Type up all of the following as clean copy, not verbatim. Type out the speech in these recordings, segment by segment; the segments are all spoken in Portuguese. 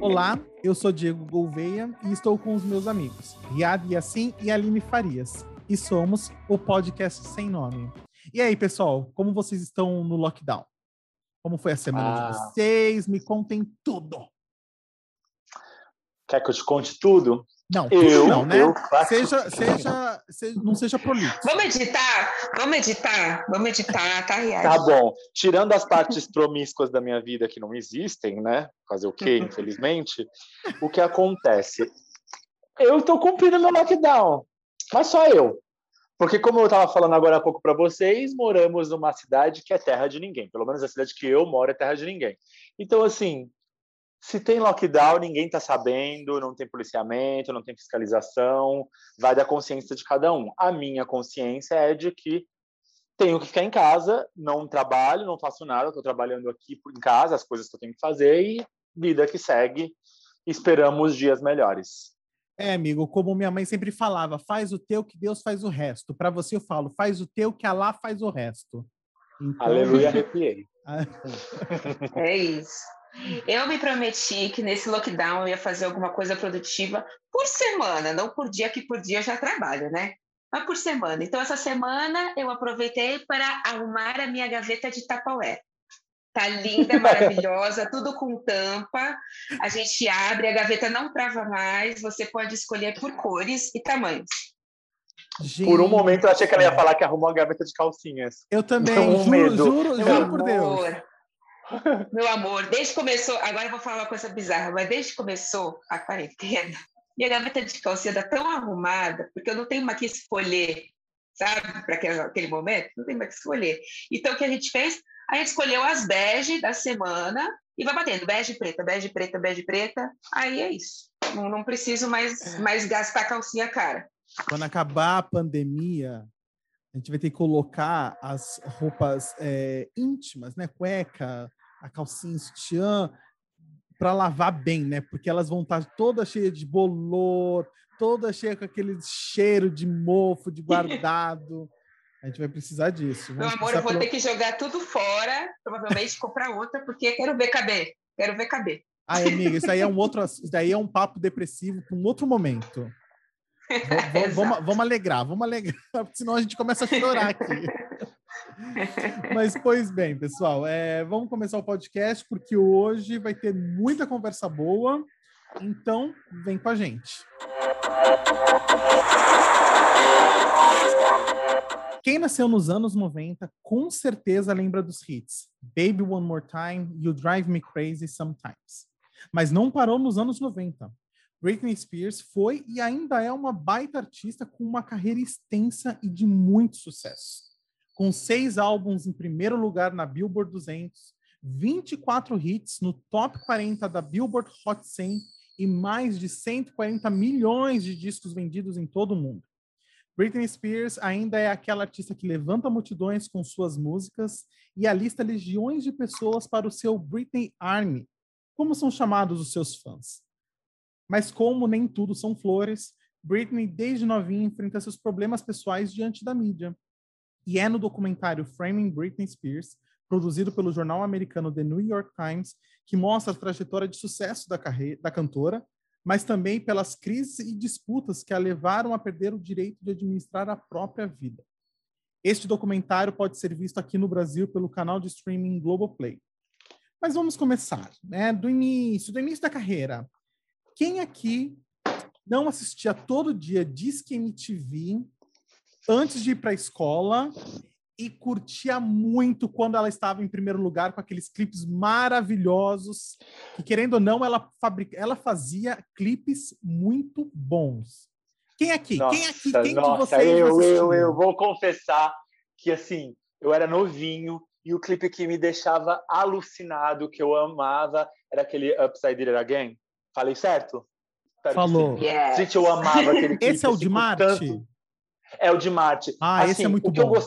Olá, eu sou Diego Gouveia e estou com os meus amigos Riad Yassin e Aline Farias. E somos o Podcast Sem Nome. E aí, pessoal, como vocês estão no lockdown? Como foi a semana de vocês? Me contem tudo. Quer que eu te conte tudo? Não, tudo não, né? Não seja prolixo. Vamos editar, tá, Riad? Tá bom. Tirando as partes promíscuas da minha vida que não existem, né? Fazer o quê, infelizmente? O que acontece? Eu tô cumprindo meu lockdown, mas só eu. Porque, como eu estava falando agora há pouco para vocês, moramos numa cidade que é terra de ninguém. Pelo menos a cidade que eu moro é terra de ninguém. Então, assim, se tem lockdown, ninguém está sabendo, não tem policiamento, não tem fiscalização, vai da consciência de cada um. A minha consciência é de que tenho que ficar em casa, não trabalho, não faço nada, estou trabalhando aqui em casa, as coisas que eu tenho que fazer e vida que segue, esperamos dias melhores. Amigo, como minha mãe sempre falava, faz o teu que Deus faz o resto. Para você eu falo, faz o teu que Alá faz o resto. Então... Aleluia, arrepiei. É isso. Eu me prometi que nesse lockdown eu ia fazer alguma coisa produtiva por semana, não por dia, que por dia eu já trabalho, né? Mas por semana. Então, essa semana eu aproveitei para arrumar a minha gaveta de Tupperware. Tá linda, maravilhosa, tudo com tampa. A gente abre, a gaveta não trava mais, você pode escolher por cores e tamanhos. Gente. Por um momento eu achei que ela ia falar que arrumou a gaveta de calcinhas. Eu também, juro por Deus. Meu amor, desde que começou, agora eu vou falar uma coisa bizarra, mas desde que começou a quarentena, minha gaveta de calcinha está tão arrumada, porque eu não tenho mais que escolher, sabe, para aquele momento, não tem mais que escolher. Então, o que a gente fez? A gente escolheu as bege da semana e vai batendo, bege, preta, bege, preta, bege, preta, aí é isso. Não preciso mais gastar calcinha cara. Quando acabar a pandemia, a gente vai ter que colocar as roupas íntimas, né? Cueca, a calcinha, sutiã, para lavar bem, né? Porque elas vão estar todas cheias de bolor, toda cheia com aquele cheiro de mofo, de guardado. A gente vai precisar disso. Meu amor, eu vou ter que jogar tudo fora, provavelmente comprar outra, porque quero ver caber. Ai, amiga, isso daí é um papo depressivo para um outro momento. Vamos alegrar, porque senão a gente começa a chorar aqui. Mas, pois bem, pessoal, vamos começar o podcast, porque hoje vai ter muita conversa boa, então vem com a gente. Quem nasceu nos anos 90, com certeza lembra dos hits Baby One More Time, You Drive Me Crazy Sometimes. Mas não parou nos anos 90. Britney Spears foi e ainda é uma baita artista com uma carreira extensa e de muito sucesso. Com 6 álbuns em primeiro lugar na Billboard 200, 24 hits no Top 40 da Billboard Hot 100 e mais de 140 milhões de discos vendidos em todo o mundo. Britney Spears ainda é aquela artista que levanta multidões com suas músicas e alista legiões de pessoas para o seu Britney Army, como são chamados os seus fãs. Mas como nem tudo são flores, Britney, desde novinha, enfrenta seus problemas pessoais diante da mídia. E é no documentário Framing Britney Spears, produzido pelo jornal americano The New York Times, que mostra a trajetória de sucesso da cantora, mas também pelas crises e disputas que a levaram a perder o direito de administrar a própria vida. Este documentário pode ser visto aqui no Brasil pelo canal de streaming Globoplay. Mas vamos começar, né? Do início da carreira. Quem aqui não assistia todo dia Disque MTV antes de ir para a escola e curtia muito quando ela estava em primeiro lugar com aqueles clipes maravilhosos que, querendo ou não, ela fazia clipes muito bons. Quem de vocês eu vou confessar que, assim, eu era novinho e o clipe que me deixava alucinado, que eu amava, era aquele Upside Down Again. Falei certo? Falou. Yes. Gente, eu amava aquele clipe. Esse é o de Marte? É o de Marte. Ah, esse é muito bom.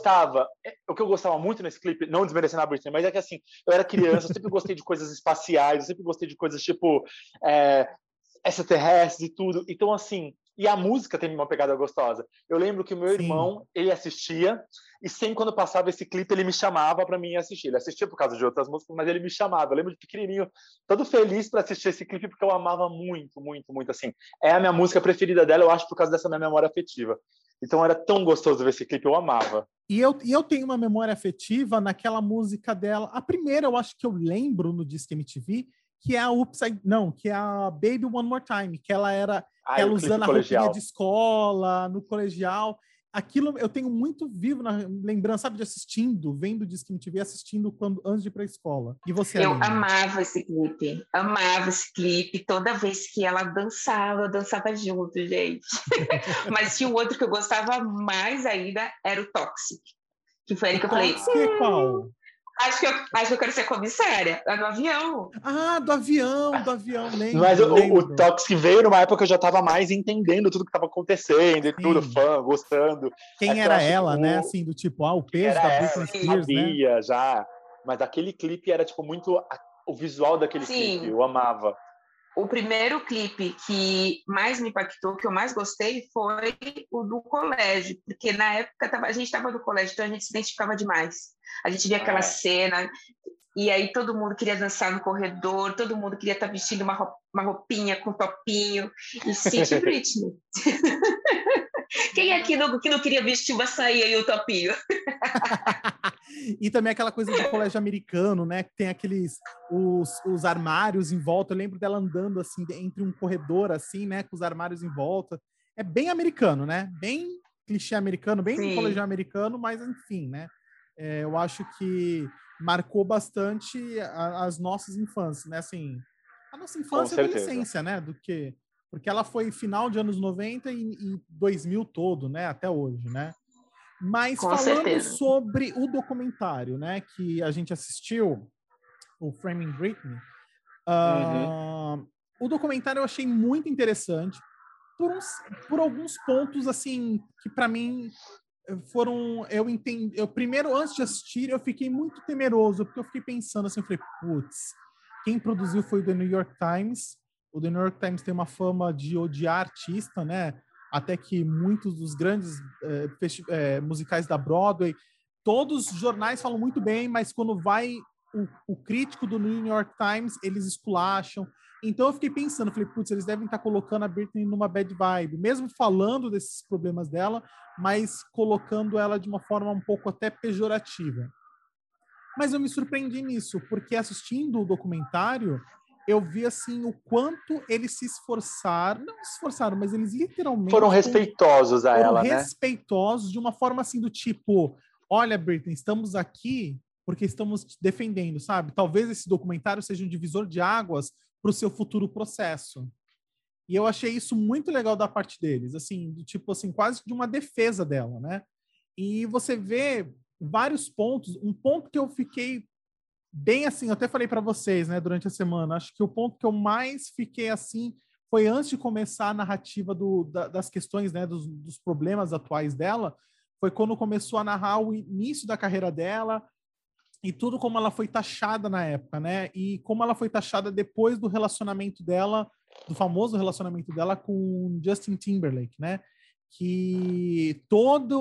O que eu gostava muito nesse clipe, não desmerecendo a Britney, mas é que, assim, eu era criança, eu sempre gostei de coisas espaciais, eu sempre gostei de coisas tipo extraterrestres e tudo. Então, assim, E a música tem uma pegada gostosa. Eu lembro que o meu Sim. irmão, ele assistia, e sempre quando passava esse clipe, ele me chamava para mim assistir. Ele assistia por causa de outras músicas, mas ele me chamava. Eu lembro de pequenininho, todo feliz para assistir esse clipe, porque eu amava muito, muito, muito, assim. É a minha música preferida dela, eu acho, por causa dessa minha memória afetiva. Então era tão gostoso ver esse clipe, eu amava. E eu tenho uma memória afetiva naquela música dela. A primeira, eu acho que eu lembro no Disque MTV, que é a Upside... Não, que é a Baby One More Time, que ela era... ela usando a roupinha de escola, no colegial. Aquilo eu tenho muito vivo na lembrança, sabe, de assistindo, vendo o Disque MTV, assistindo antes de ir para a escola. E você, Eu Aline? amava esse clipe. Toda vez que ela dançava, eu dançava junto, gente. Mas tinha um outro que eu gostava mais ainda, era o Toxic. Que foi ali que eu falei... Toxic é qual? Acho que eu quero ser comissária, lá no avião. Ah, do avião, lembro. Mas lembro. O Toxic veio numa época que eu já estava mais entendendo tudo que estava acontecendo, e tudo, fã, gostando. Quem era ela, né? Assim, do tipo, o peso da Britney Spears, sabia, né? Já. Mas aquele clipe era, tipo, muito... O visual daquele clipe, eu amava. O primeiro clipe que mais me impactou, que eu mais gostei, foi o do colégio, porque na época a gente estava no colégio, então a gente se identificava demais. A gente via aquela cena, e aí todo mundo queria dançar no corredor, todo mundo queria estar vestindo uma roupinha com topinho, e se sentir Britney. Quem aqui que não queria vestir uma saia e um topinho? E também aquela coisa do colégio americano, né? Que tem os armários em volta. Eu lembro dela andando assim entre um corredor, assim, né? Com os armários em volta. É bem americano, né? Bem clichê americano, bem colégio americano, mas enfim, né? Eu acho que marcou bastante as nossas infâncias, né? Assim, a nossa infância e adolescência, né? Porque ela foi final de anos 90 e 2000 todo, né? Até hoje, né? Mas falando sobre o documentário, né, que a gente assistiu, o Framing Britney, o documentário eu achei muito interessante por alguns pontos, assim, que para mim foram... Eu primeiro, antes de assistir, eu fiquei muito temeroso, porque eu fiquei pensando assim, eu falei, putz, quem produziu foi o The New York Times. O The New York Times tem uma fama de odiar artista, né? Até que muitos dos grandes musicais da Broadway, todos os jornais falam muito bem, mas quando vai o crítico do New York Times, eles esculacham. Então eu fiquei pensando, falei, putz, eles devem estar colocando a Britney numa bad vibe, mesmo falando desses problemas dela, mas colocando ela de uma forma um pouco até pejorativa. Mas eu me surpreendi nisso, porque assistindo o documentário, eu vi assim o quanto eles se esforçaram, não se esforçaram, mas eles literalmente foram respeitosos a ela, né? Foram respeitosos de uma forma assim do tipo, olha, Britney, estamos aqui porque estamos te defendendo, sabe? Talvez esse documentário seja um divisor de águas para o seu futuro processo. E eu achei isso muito legal da parte deles, assim, do tipo assim, quase de uma defesa dela, né? E você vê vários pontos, um ponto que eu fiquei bem assim, eu até falei para vocês, né, durante a semana, acho que o ponto que eu mais fiquei assim foi antes de começar a narrativa das questões, né, dos problemas atuais dela, foi quando começou a narrar o início da carreira dela e tudo como ela foi taxada na época, né, e como ela foi taxada depois do relacionamento dela, do famoso relacionamento dela com Justin Timberlake, né, que toda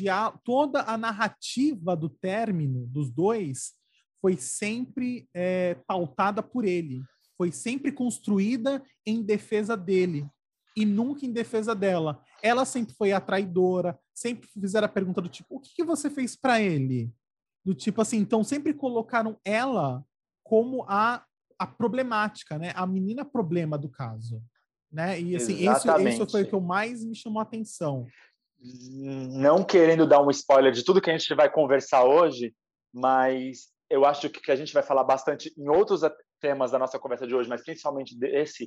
a narrativa do término dos dois foi sempre pautada por ele, foi sempre construída em defesa dele e nunca em defesa dela. Ela sempre foi a traidora, sempre fizeram a pergunta do tipo, o que você fez para ele? Do tipo assim, então sempre colocaram ela como a problemática, né? A menina problema do caso, né? E assim, esse foi o que mais me chamou a atenção. Não querendo dar um spoiler de tudo que a gente vai conversar hoje, mas eu acho que a gente vai falar bastante em outros temas da nossa conversa de hoje, mas principalmente desse,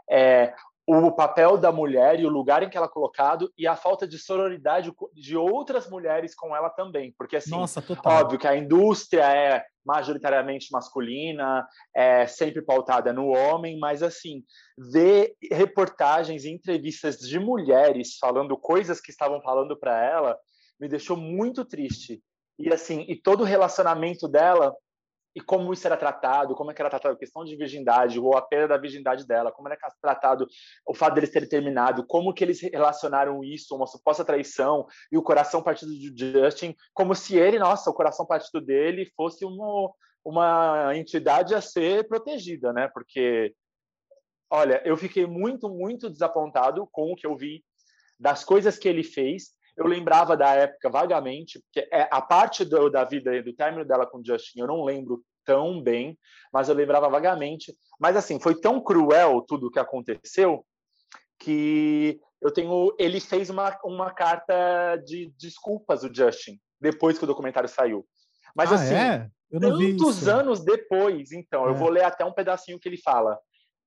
o papel da mulher e o lugar em que ela é colocado e a falta de sororidade de outras mulheres com ela também, porque assim, nossa, total. Óbvio que a indústria é majoritariamente masculina, é sempre pautada no homem, mas assim, ver reportagens e entrevistas de mulheres falando coisas que estavam falando para ela me deixou muito triste. E assim, e todo o relacionamento dela e como isso era tratado, como é que era tratado a questão de virgindade, ou a perda da virgindade dela, como era tratado o fato deles terem terminado, como que eles relacionaram isso, uma suposta traição, e o coração partido de Justin, como se ele, nossa, o coração partido dele fosse uma entidade a ser protegida, né? Porque, olha, eu fiquei muito, muito desapontado com o que eu vi das coisas que ele fez. Eu lembrava da época vagamente, porque a parte da vida, do término dela com o Justin, eu não lembro tão bem, mas eu lembrava vagamente. Mas, assim, foi tão cruel tudo o que aconteceu que ele fez uma carta de desculpas, o Justin, depois que o documentário saiu. Mas, assim, eu não vi tantos isso. anos depois, então, eu vou ler até um pedacinho que ele fala.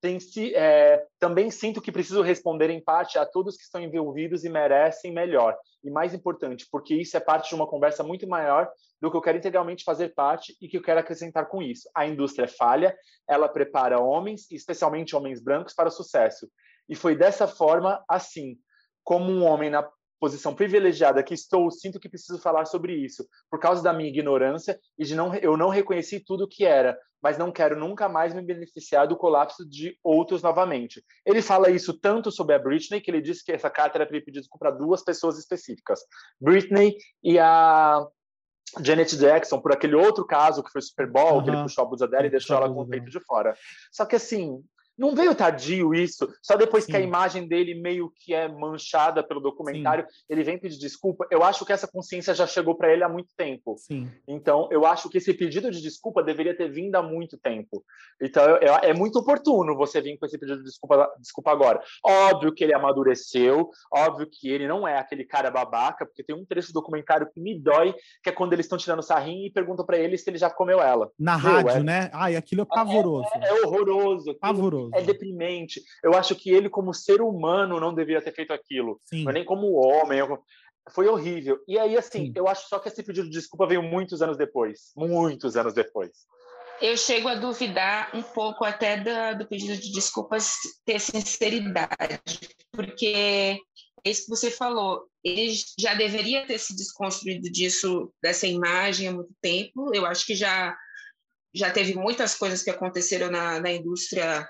Também sinto que preciso responder em parte a todos que estão envolvidos e merecem melhor. E mais importante, porque isso é parte de uma conversa muito maior do que eu quero integralmente fazer parte e que eu quero acrescentar com isso. A indústria é falha, ela prepara homens, especialmente homens brancos, para o sucesso. E foi dessa forma, assim, como um homem na posição privilegiada que estou, sinto que preciso falar sobre isso, por causa da minha ignorância e eu não reconheci tudo o que era, mas não quero nunca mais me beneficiar do colapso de outros novamente. Ele fala isso tanto sobre a Britney, que ele disse que essa carta era para ele pedir desculpa para 2 pessoas específicas, Britney e a Janet Jackson, por aquele outro caso que foi Super Bowl, que ele puxou a blusa dela e deixou ela com o peito de fora. Só que, assim, não veio tardio isso, só depois que a imagem dele meio que é manchada pelo documentário, ele vem pedir desculpa. Eu acho que essa consciência já chegou para ele há muito tempo. Então, eu acho que esse pedido de desculpa deveria ter vindo há muito tempo. Então, é muito oportuno você vir com esse pedido de desculpa agora. Óbvio que ele amadureceu, óbvio que ele não é aquele cara babaca, porque tem um trecho do documentário que me dói, que é quando eles estão tirando sarrinho e perguntam para ele se ele já comeu ela. Na rádio, né? Ai, aquilo é pavoroso. É horroroso. Pavoroso. É deprimente. Eu acho que ele, como ser humano, não deveria ter feito aquilo. Não é nem como homem. Foi horrível. E aí, assim, eu acho só que esse pedido de desculpa veio muitos anos depois. Muitos anos depois. Eu chego a duvidar um pouco até do pedido de desculpas ter sinceridade, porque é isso que você falou. Ele já deveria ter se desconstruído dessa imagem há muito tempo. Eu acho que já teve muitas coisas que aconteceram na indústria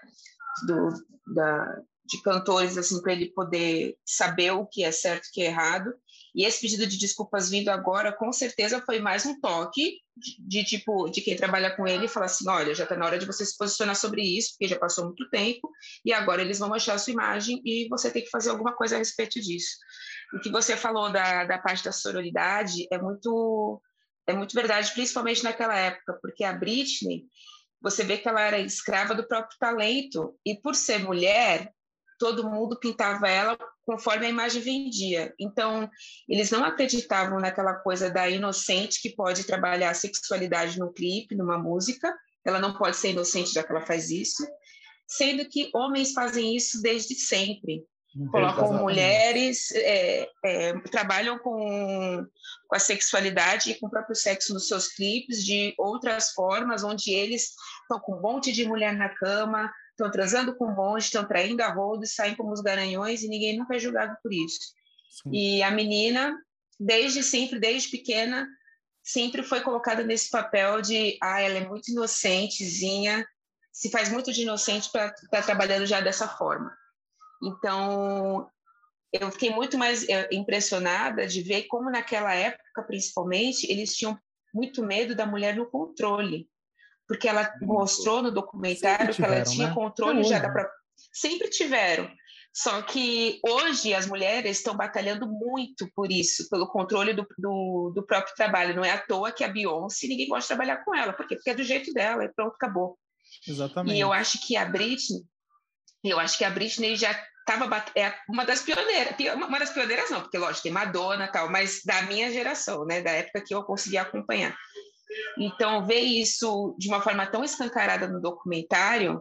de cantores, assim, para ele poder saber o que é certo e o que é errado. E esse pedido de desculpas vindo agora, com certeza, foi mais um toque de quem trabalha com ele e falar assim, olha, já está na hora de você se posicionar sobre isso, porque já passou muito tempo, e agora eles vão manchar a sua imagem e você tem que fazer alguma coisa a respeito disso. O que você falou da parte da sororidade é muito verdade, principalmente naquela época, porque a Britney, você vê que ela era escrava do próprio talento, e por ser mulher, todo mundo pintava ela conforme a imagem vendia. Então, eles não acreditavam naquela coisa da inocente que pode trabalhar a sexualidade no clipe, numa música, ela não pode ser inocente já que ela faz isso, sendo que homens fazem isso desde sempre. Colocam mulheres, trabalham com a sexualidade e com o próprio sexo nos seus clipes de outras formas, onde eles estão com um monte de mulher na cama, estão transando com um monte, estão traindo a rodo, saem como os garanhões e ninguém nunca é julgado por isso. E a menina, desde sempre, desde pequena, sempre foi colocada nesse papel de ela é muito inocentezinha, se faz muito de inocente para estar trabalhando já dessa forma. Então, eu fiquei muito mais impressionada de ver como naquela época, principalmente, eles tinham muito medo da mulher no controle, porque ela mostrou no documentário que ela tinha controle já da própria... Sempre tiveram. Só que hoje as mulheres estão batalhando muito por isso, pelo controle do próprio trabalho. Não é à toa que a Beyoncé, ninguém gosta de trabalhar com ela. Por quê? Porque é do jeito dela e pronto, acabou. Exatamente. E eu acho que a Britney já estava uma das pioneiras não, porque lógico, tem Madonna e tal, mas da minha geração, né, da época que eu conseguia acompanhar. Então, ver isso de uma forma tão escancarada no documentário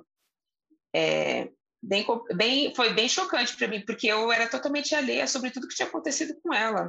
foi bem chocante para mim, porque eu era totalmente alheia sobre tudo que tinha acontecido com ela.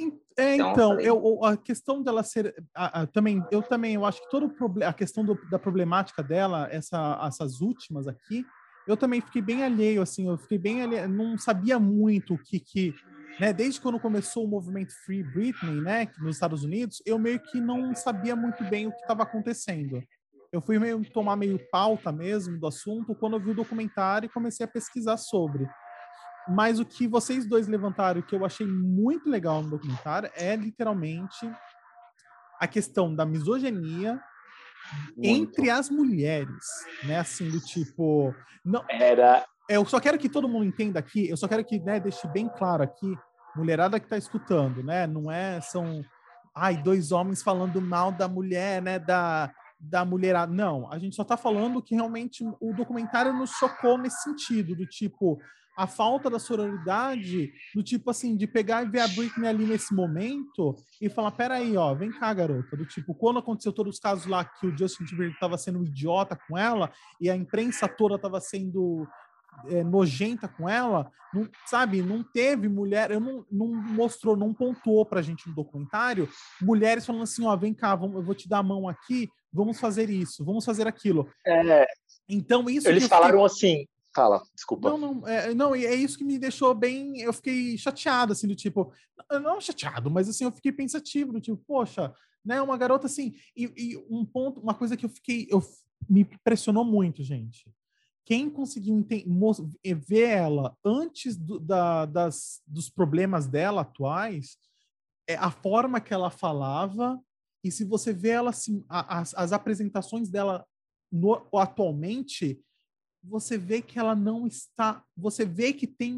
A questão dela ser eu também acho que a questão da problemática dela, essas últimas aqui, eu também fiquei bem alheio, assim, não sabia muito o que né, desde quando começou o movimento Free Britney, né, nos Estados Unidos, eu meio que não sabia muito bem o que estava acontecendo. eu fui tomar meio pauta mesmo do assunto quando eu vi o documentário e comecei a pesquisar sobre. Mas o que vocês dois levantaram, que eu achei muito legal no documentário, é literalmente a questão da misoginia entre as mulheres, né? Assim, do tipo... Não, eu só quero que todo mundo entenda aqui, eu só quero que, né, deixe bem claro aqui, mulherada que tá escutando, né? Não é, são, dois homens falando mal da mulher, né? Da mulherada. Não, a gente só tá falando que realmente o documentário nos chocou nesse sentido, do tipo, a falta da sororidade, do tipo assim, de pegar e ver a Britney ali nesse momento e falar, peraí, ó, vem cá, garota, do tipo, quando aconteceu todos os casos lá que o Justin Timberlake tava sendo um idiota com ela e a imprensa toda tava sendo nojenta com ela, não, sabe, não teve mulher, não mostrou, não pontuou pra gente no documentário, mulheres falando assim, ó, vem cá, eu vou te dar a mão aqui, vamos fazer isso, vamos fazer aquilo. Então, isso eles falaram assim, fala, desculpa. Não, é isso que me deixou bem, eu fiquei chateado, assim, do tipo, não chateado, mas assim, eu fiquei pensativo, do tipo, poxa, né, uma garota assim, e um ponto, uma coisa que me impressionou muito, gente, quem conseguiu ver ela antes dos problemas dela atuais, a forma que ela falava, e se você vê ela assim, as apresentações dela atualmente, você vê que ela não está. Você vê que tem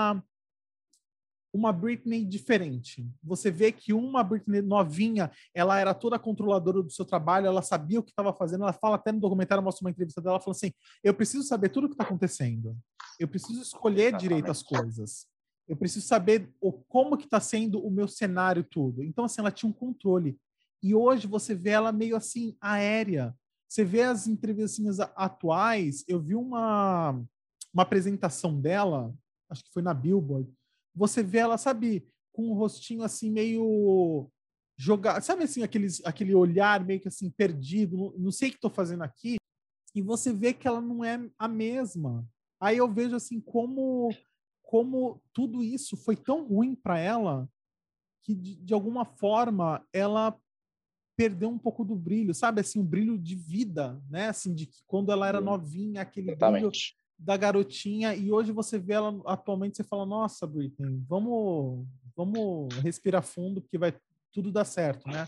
uma Britney diferente. Você vê que uma Britney novinha, ela era toda controladora do seu trabalho, ela sabia o que estava fazendo. Ela fala até no documentário, mostra uma entrevista dela, ela falou assim: eu preciso saber tudo o que está acontecendo. Eu preciso escolher direito as coisas. Eu preciso saber como que está sendo o meu cenário tudo. Então, assim, ela tinha um controle. E hoje você vê ela meio assim, aérea. Você vê as entrevistas atuais, eu vi uma apresentação dela, acho que foi na Billboard, você vê ela, sabe, com um rostinho assim meio jogado, sabe assim, aquele olhar meio que assim perdido, não sei o que estou fazendo aqui, e você vê que ela não é a mesma. Aí eu vejo assim como tudo isso foi tão ruim para ela que de alguma forma ela perdeu um pouco do brilho, sabe, assim, o brilho de vida, né, assim, de que quando ela era novinha, aquele brilho da garotinha, e hoje você vê ela atualmente, você fala, nossa, Britney, vamos respirar fundo, porque vai tudo dar certo, né?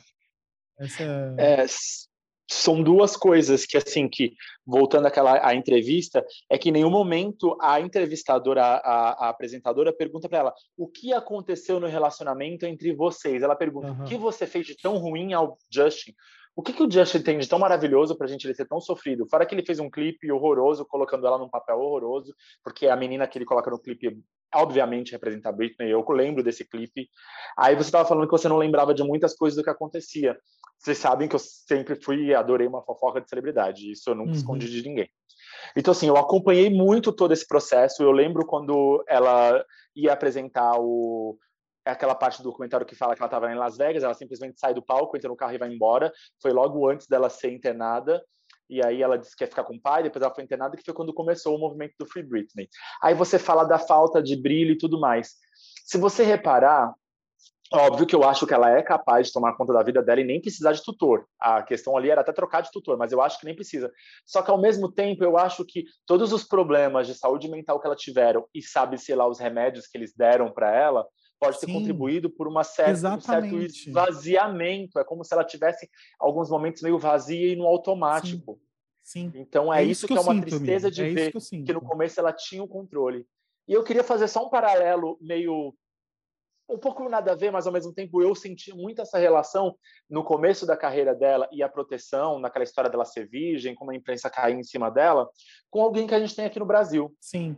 São duas coisas que, assim, que, voltando à entrevista, é que em nenhum momento a entrevistadora, a apresentadora, pergunta para ela o que aconteceu no relacionamento entre vocês. Ela pergunta, o que você fez de tão ruim ao Justin? O que o Justin tem de tão maravilhoso pra gente ele ser tão sofrido? Fora que ele fez um clipe horroroso, colocando ela num papel horroroso, porque a menina que ele coloca no clipe, obviamente, representa a Britney. Eu lembro desse clipe. Aí você estava falando que você não lembrava de muitas coisas do que acontecia. Vocês sabem que eu sempre fui e adorei uma fofoca de celebridade. Isso eu nunca escondi de ninguém. Então, assim, eu acompanhei muito todo esse processo. Eu lembro quando ela ia apresentar aquela parte do documentário que fala que ela estava em Las Vegas, ela simplesmente sai do palco, entra no carro e vai embora. Foi logo antes dela ser internada. E aí ela disse que ia ficar com o pai, depois ela foi internada, que foi quando começou o movimento do Free Britney. Aí você fala da falta de brilho e tudo mais. Se você reparar, óbvio que eu acho que ela é capaz de tomar conta da vida dela e nem precisar de tutor. A questão ali era até trocar de tutor, mas eu acho que nem precisa. Só que, ao mesmo tempo, eu acho que todos os problemas de saúde mental que ela tiveram e, sabe-se lá, os remédios que eles deram para ela, pode ter contribuído por um certo esvaziamento. É como se ela tivesse alguns momentos meio vazia e no automático. Sim. Então, é isso que é uma tristeza de ver que no começo ela tinha o controle. E eu queria fazer só um paralelo meio... um pouco nada a ver, mas ao mesmo tempo eu senti muito essa relação no começo da carreira dela e a proteção, naquela história dela ser virgem, como a imprensa cair em cima dela, com alguém que a gente tem aqui no Brasil. Sim.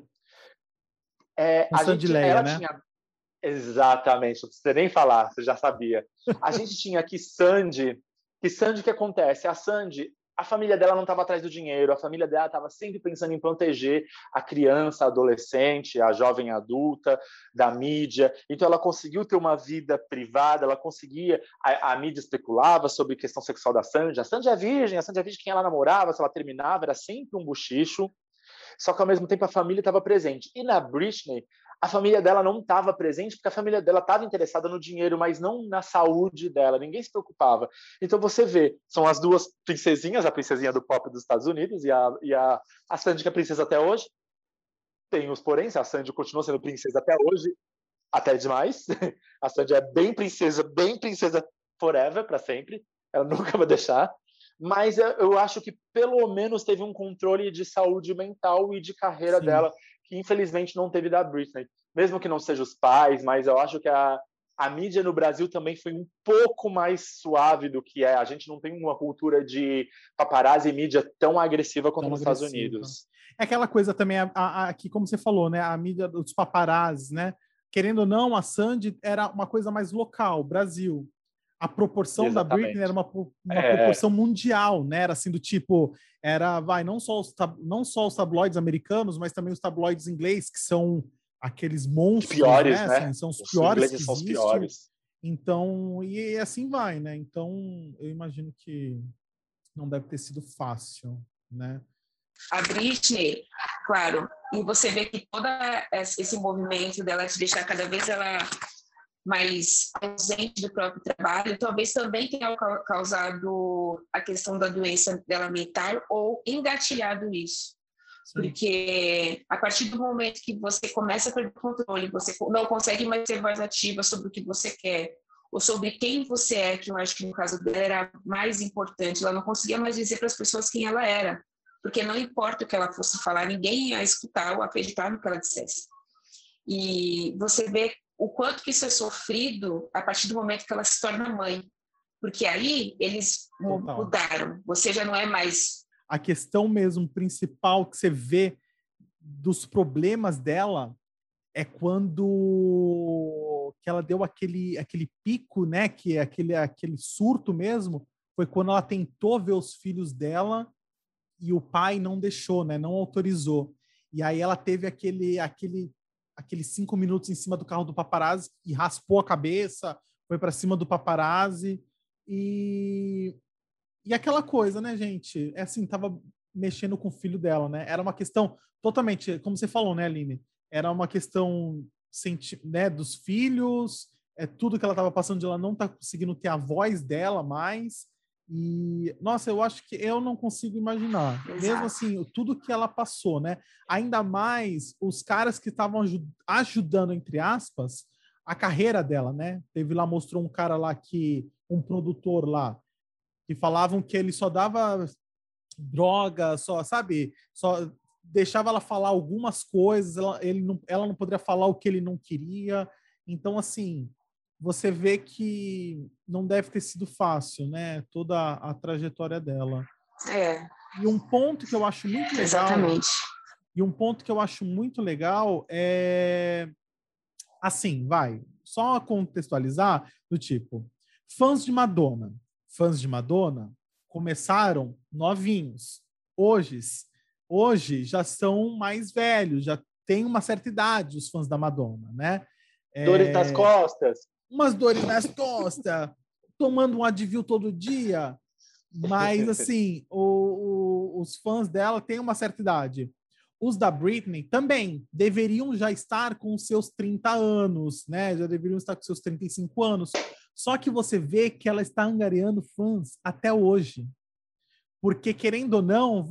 Ela tinha... Exatamente, não precisa nem falar, você já sabia. A gente tinha aqui Sandy, o que acontece? A Sandy, a família dela não estava atrás do dinheiro, a família dela estava sempre pensando em proteger a criança, a adolescente, a jovem adulta da mídia. Então ela conseguiu ter uma vida privada, ela conseguia... A mídia especulava sobre a questão sexual da Sandy. A Sandy é virgem, quem ela namorava, se ela terminava, era sempre um bochicho. Só que, ao mesmo tempo, a família estava presente. E na Britney, a família dela não estava presente, porque a família dela estava interessada no dinheiro, mas não na saúde dela. Ninguém se preocupava. Então você vê, são as duas princesinhas, a princesinha do pop dos Estados Unidos a Sandy, que é princesa até hoje. Tem os poréns, a Sandy continua sendo princesa até hoje, até demais. A Sandy é bem princesa forever, para sempre. Ela nunca vai deixar. Mas eu acho que pelo menos teve um controle de saúde mental e de carreira Sim. dela, que infelizmente não teve da Britney. Mesmo que não seja os pais, mas eu acho que a mídia no Brasil também foi um pouco mais suave do que é. A gente não tem uma cultura de paparazzi e mídia tão agressiva quanto nos Estados Unidos. É aquela coisa também, aqui, como você falou, né? A mídia dos paparazzis, né? Querendo ou não, a Sandy era uma coisa mais local, Brasil. A proporção Exatamente. da Britney era uma proporção mundial, né? Era assim do tipo, não só os tabloides americanos, mas também os tabloides ingleses, que são aqueles monstros, piores, né? Assim, são os piores que são os existem. piores. Então, e assim vai, né? Então, eu imagino que não deve ter sido fácil, né? A Britney, claro, e você vê que todo esse movimento dela de deixar cada vez ela mais ausente do próprio trabalho, talvez também tenha causado a questão da doença dela mental ou engatilhado isso. Sim. Porque a partir do momento que você começa a perder o controle, você não consegue mais ser mais ativa sobre o que você quer, ou sobre quem você é, que eu acho que no caso dela era mais importante, ela não conseguia mais dizer para as pessoas quem ela era, porque não importa o que ela fosse falar, ninguém ia escutar ou acreditar no que ela dissesse. E você vê o quanto que isso é sofrido a partir do momento que ela se torna mãe, porque aí eles mudaram, você já não é mais... A questão mesmo principal que você vê dos problemas dela é quando que ela deu aquele pico, né, que é aquele surto mesmo, foi quando ela tentou ver os filhos dela e o pai não deixou, né, não autorizou. E aí ela teve aqueles 5 minutos em cima do carro do paparazzi e raspou a cabeça, foi para cima do paparazzi e aquela coisa, né, gente? É assim, tava mexendo com o filho dela, né? Era uma questão totalmente, como você falou, né, Aline? Era uma questão, né, dos filhos, tudo que ela tava passando de ela não tá conseguindo ter a voz dela mais. E, nossa, eu acho que eu não consigo imaginar. Exato. Mesmo assim, tudo que ela passou, né? Ainda mais os caras que estavam ajudando, entre aspas, a carreira dela, né? Teve lá, mostrou um cara lá um produtor lá, que falavam que ele só dava droga, só deixava ela falar algumas coisas, ela não poderia falar o que ele não queria. Então, assim, você vê que não deve ter sido fácil, né? Toda a trajetória dela. É. E um ponto que eu acho muito legal... Exatamente. E um ponto que eu acho muito legal é... Assim, só contextualizar, do tipo, fãs de Madonna começaram novinhos. Hoje já são mais velhos, já tem uma certa idade os fãs da Madonna, né? Dores nas costas. Umas dores nas costas, tomando um Advil todo dia. Mas, assim, os fãs dela têm uma certa idade. Os da Britney também deveriam já estar com seus 30 anos, né? Já deveriam estar com seus 35 anos. Só que você vê que ela está angariando fãs até hoje. Porque, querendo ou não,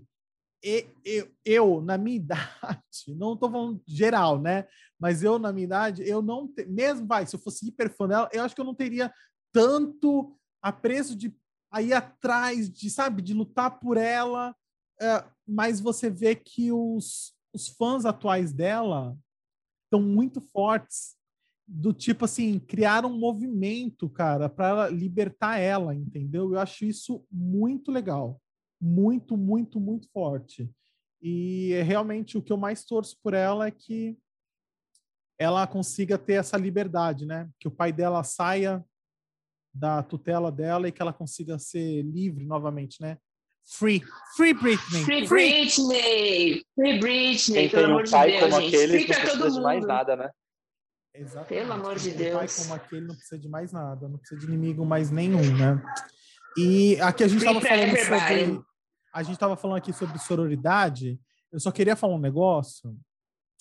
eu na minha idade, não estou falando geral, né? Mas eu, na minha idade, eu não... Mesmo, se eu fosse hiper fã dela, eu acho que eu não teria tanto apreço de ir atrás, de lutar por ela. Mas você vê que os fãs atuais dela estão muito fortes, do tipo assim, criar um movimento, cara, para libertar ela, entendeu? Eu acho isso muito legal. Muito, muito, muito forte. E realmente o que eu mais torço por ela é que ela consiga ter essa liberdade, né? Que o pai dela saia da tutela dela e que ela consiga ser livre novamente, né? Free Britney! Free Britney! Free Britney, pelo amor de Deus, como gente. Aquele, não precisa de mais nada, né? Exatamente. Pelo amor de Deus. Um pai como aquele não precisa de mais nada, não precisa de inimigo mais nenhum, né? E aqui a gente estava falando sobre... A gente estava falando aqui sobre sororidade. Eu só queria falar um negócio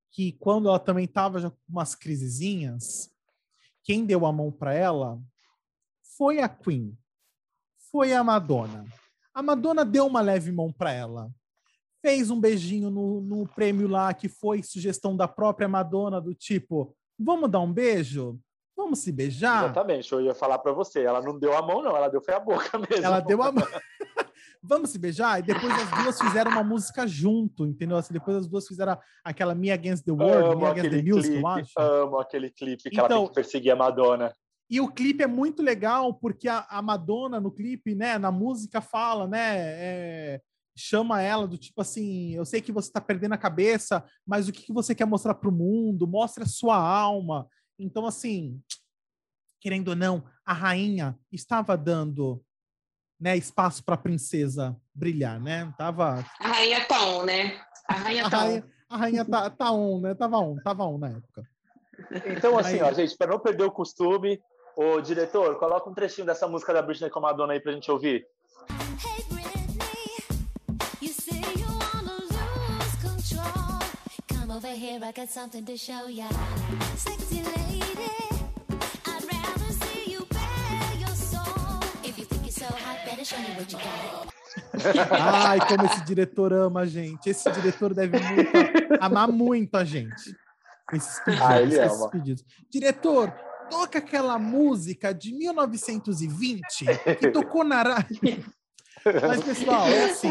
que quando ela também estava já com umas crisezinhas, quem deu a mão para ela foi a Queen, foi a Madonna. A Madonna deu uma leve mão para ela. Fez um beijinho no prêmio lá, que foi sugestão da própria Madonna, do tipo, vamos dar um beijo? Vamos se beijar? Exatamente, eu ia falar para você. Ela não deu a mão, não, ela deu foi a boca mesmo. Ela deu a mão. Vamos se beijar? E depois as duas fizeram uma música junto, entendeu? Assim, depois as duas fizeram aquela Me Against the World, Me Against the Music, eu acho. Amo aquele clipe que Então, ela tem que perseguir a Madonna. E o clipe é muito legal, porque a Madonna no clipe, né, na música fala, né, chama ela do tipo assim, eu sei que você está perdendo a cabeça, mas o que você quer mostrar para o mundo? Mostra a sua alma. Então, assim, querendo ou não, a rainha estava dando, né, espaço para a princesa brilhar, né? Tava... A rainha tá on, né? A rainha tá on, né? Tava on na época. Então, assim, ó, gente, para não perder o costume, ô diretor, coloca um trechinho dessa música da Britney com a Madonna aí pra gente ouvir. Hey Britney, you say you wanna lose control. Come over here, I got something to show ya. Sexy lady, I'd rather see you bare your soul. If you think you're so hot, better show me what you got. Ai, como esse diretor ama a gente. Esse diretor deve amar muito a gente. Esses pedidos. Diretor, toca aquela música de 1920 que tocou na rádio. Mas, pessoal, é assim,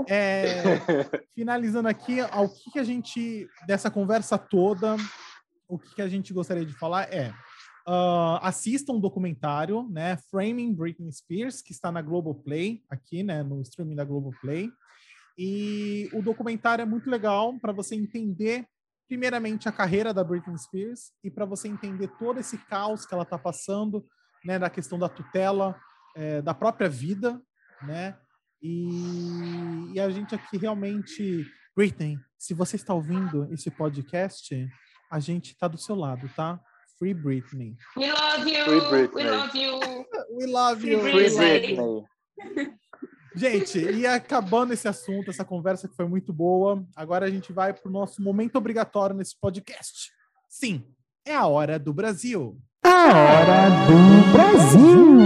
finalizando aqui, o que a gente, dessa conversa toda, o que a gente gostaria de falar assistam um documentário, né, Framing Britney Spears, que está na Globoplay, aqui, né, no streaming da Globoplay. E o documentário é muito legal para você entender primeiramente a carreira da Britney Spears e para você entender todo esse caos que ela está passando, né, da questão da tutela, da própria vida, né, e a gente aqui realmente, Britney, se você está ouvindo esse podcast, a gente está do seu lado, tá? Free Britney. We love you. Free Britney. We love you. We love you. Free Britney. Gente, e acabando esse assunto, essa conversa que foi muito boa, agora a gente vai para o nosso momento obrigatório nesse podcast. Sim, é a hora do Brasil. A hora do Brasil!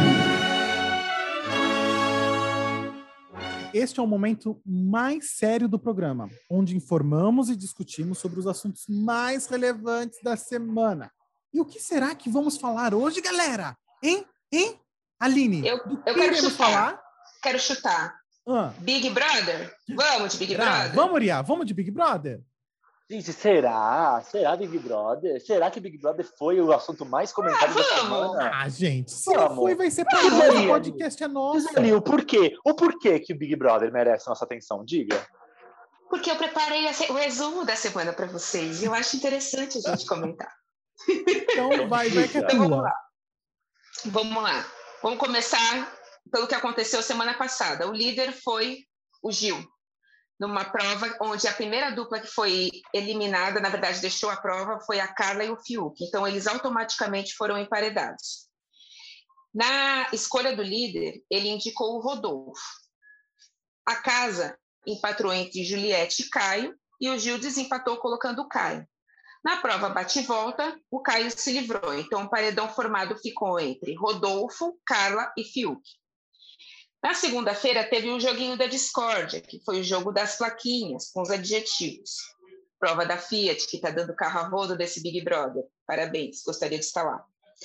Este é o momento mais sério do programa, onde informamos e discutimos sobre os assuntos mais relevantes da semana. E o que será que vamos falar hoje, galera? Hein? Aline, eu do que quero iremos falar? Quero chutar. Big Brother? Vamos de Big Brother? Vamos, Ria, vamos de Big Brother? Gente, será? Será Big Brother? Será que Big Brother foi o assunto mais comentado da semana? Gente, se não foi, vai ser para nós. O podcast é nosso. O porquê? O porquê que o Big Brother merece nossa atenção? Diga. Porque eu preparei o resumo da semana para vocês e eu acho interessante a gente comentar. Então vai que é tua. Vamos lá. Vamos começar pelo que aconteceu semana passada. O líder foi o Gil, numa prova onde a primeira dupla que foi eliminada, na verdade deixou a prova, foi a Carla e o Fiuk. Então eles automaticamente foram emparedados. Na escolha do líder, ele indicou o Rodolfo. A casa empatou entre Juliette e Caio e o Gil desempatou colocando o Caio. Na prova bate e volta, o Caio se livrou. Então, o paredão formado ficou entre Rodolfo, Carla e Fiuk. Na segunda-feira, teve um joguinho da discórdia, que foi o jogo das plaquinhas, com os adjetivos. Prova da Fiat, que está dando carro a rodo desse Big Brother. Parabéns, gostaria de estar lá.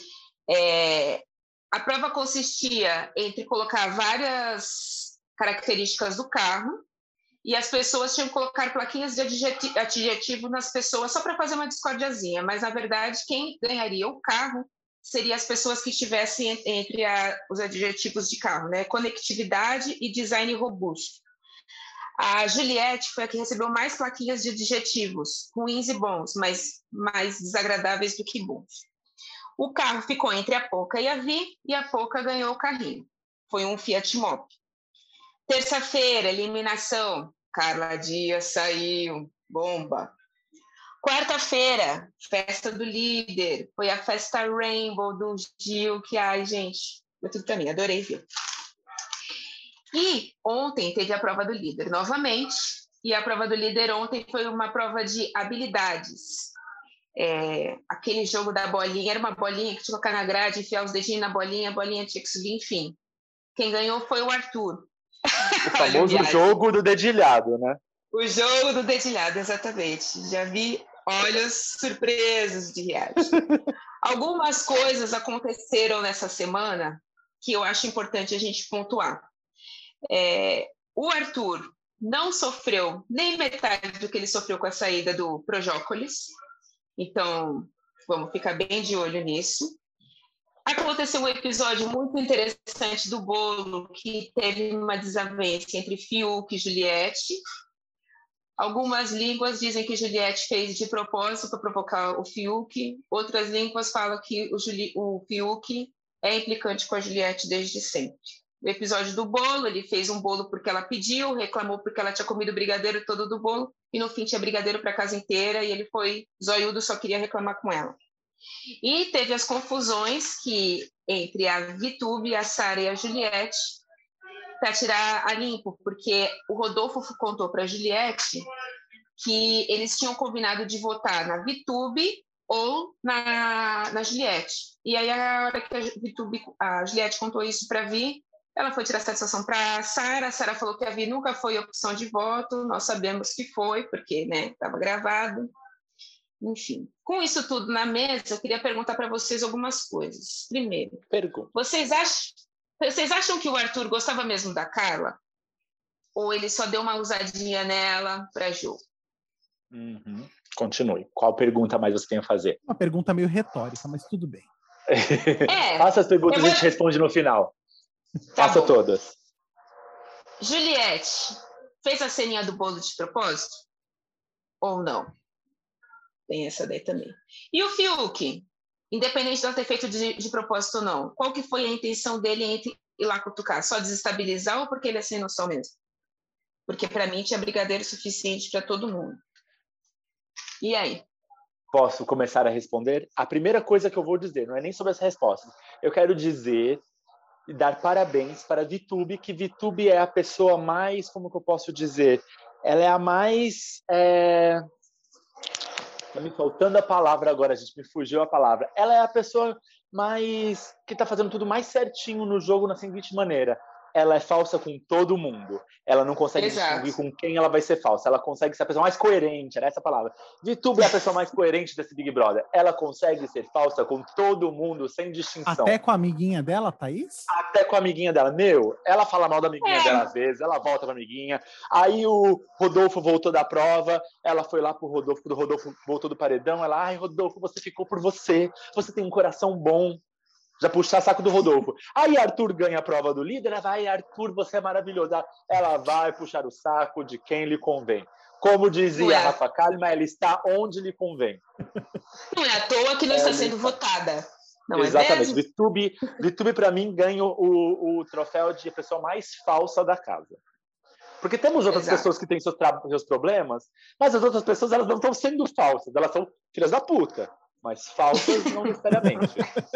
A prova consistia entre colocar várias características do carro e as pessoas tinham que colocar plaquinhas de adjetivo nas pessoas só para fazer uma discordiazinha, mas, na verdade, quem ganharia o carro seria as pessoas que estivessem entre os adjetivos de carro, né? Conectividade e design robusto. A Juliette foi a que recebeu mais plaquinhas de adjetivos, ruins e bons, mas mais desagradáveis do que bons. O carro ficou entre a Poca e a Vi, e a Poca ganhou o carrinho. Foi um Fiat Mobi. Terça-feira, eliminação. Carla Dias saiu, bomba. Quarta-feira, festa do líder. Foi a festa Rainbow do Gil, que, ai, gente, foi tudo pra mim, adorei ver. E ontem teve a prova do líder novamente. E a prova do líder ontem foi uma prova de habilidades. Aquele jogo da bolinha, era uma bolinha que tinha que colocar na grade, enfiar os dedinhos na bolinha, a bolinha tinha que subir, enfim. Quem ganhou foi o Arthur. O famoso jogo do dedilhado, né? O jogo do dedilhado, exatamente. Já vi olhos surpresos de reagir. Algumas coisas aconteceram nessa semana que eu acho importante a gente pontuar. O Arthur não sofreu nem metade do que ele sofreu com a saída do Projócolis, então vamos ficar bem de olho nisso. Aconteceu um episódio muito interessante do bolo, que teve uma desavença entre Fiuk e Juliette. Algumas línguas dizem que Juliette fez de propósito para provocar o Fiuk, outras línguas falam que o Fiuk é implicante com a Juliette desde sempre. O episódio do bolo, ele fez um bolo porque ela pediu, reclamou porque ela tinha comido o brigadeiro todo do bolo, e no fim tinha brigadeiro para a casa inteira, e ele foi zoiudo, só queria reclamar com ela. E teve as confusões entre a Vitube, a Sara e a Juliette, para tirar a limpo, porque o Rodolfo contou para a Juliette que eles tinham combinado de votar na Vitube ou na Juliette. E aí, a hora que a Juliette contou isso para a Vi, ela foi tirar satisfação para a Sara falou que a Vi nunca foi opção de voto, nós sabemos que foi, porque estava gravado. Enfim, com isso tudo na mesa, eu queria perguntar para vocês algumas coisas. Primeiro, vocês acham que o Arthur gostava mesmo da Carla? Ou ele só deu uma usadinha nela para jogo? Continue. Qual pergunta mais você tem a fazer? Uma pergunta meio retórica, mas tudo bem. Faça as perguntas e a gente responde no final. Faça todas. Juliette, fez a ceninha do bolo de propósito? Ou não? Tem essa daí também. E o Fiuk, independente de ela ter feito de propósito ou não, qual que foi a intenção dele em ir lá cutucar? Só desestabilizar ou porque ele é sem noção mesmo? Porque para mim tinha brigadeiro suficiente para todo mundo. E aí? Posso começar a responder? A primeira coisa que eu vou dizer, não é nem sobre essa resposta. Eu quero dizer e dar parabéns para a Vitube, que Vitube é a pessoa mais, como que eu posso dizer? Ela é a mais... Tá me faltando a palavra agora, gente, me fugiu a palavra. Ela é a pessoa mais... que tá fazendo tudo mais certinho no jogo na seguinte maneira. Ela é falsa com todo mundo. Ela não consegue distinguir com quem ela vai ser falsa. Ela consegue ser a pessoa mais coerente, era essa a palavra. Vitube é a pessoa mais coerente desse Big Brother. Ela consegue ser falsa com todo mundo, sem distinção. Até com a amiguinha dela, Thaís? Até com a amiguinha dela. Ela fala mal da amiguinha dela às vezes, ela volta pra amiguinha. Aí o Rodolfo voltou da prova, ela foi lá pro Rodolfo, quando o Rodolfo voltou do paredão, ela, ai, Rodolfo, você ficou por você tem um coração bom. Já puxar saco do Rodolfo. Aí Arthur ganha a prova do líder, ela vai, Arthur, você é maravilhoso. Ela vai puxar o saco de quem lhe convém. Como dizia Rafa Kalimann, ela está onde lhe convém. Não é à toa que não está sendo votada. Não exatamente. É mesmo? Vitube, para mim, ganha o troféu de pessoa mais falsa da casa. Porque temos outras pessoas que têm seus problemas, mas as outras pessoas elas não estão sendo falsas, elas são filhas da puta. Mas falsas não necessariamente.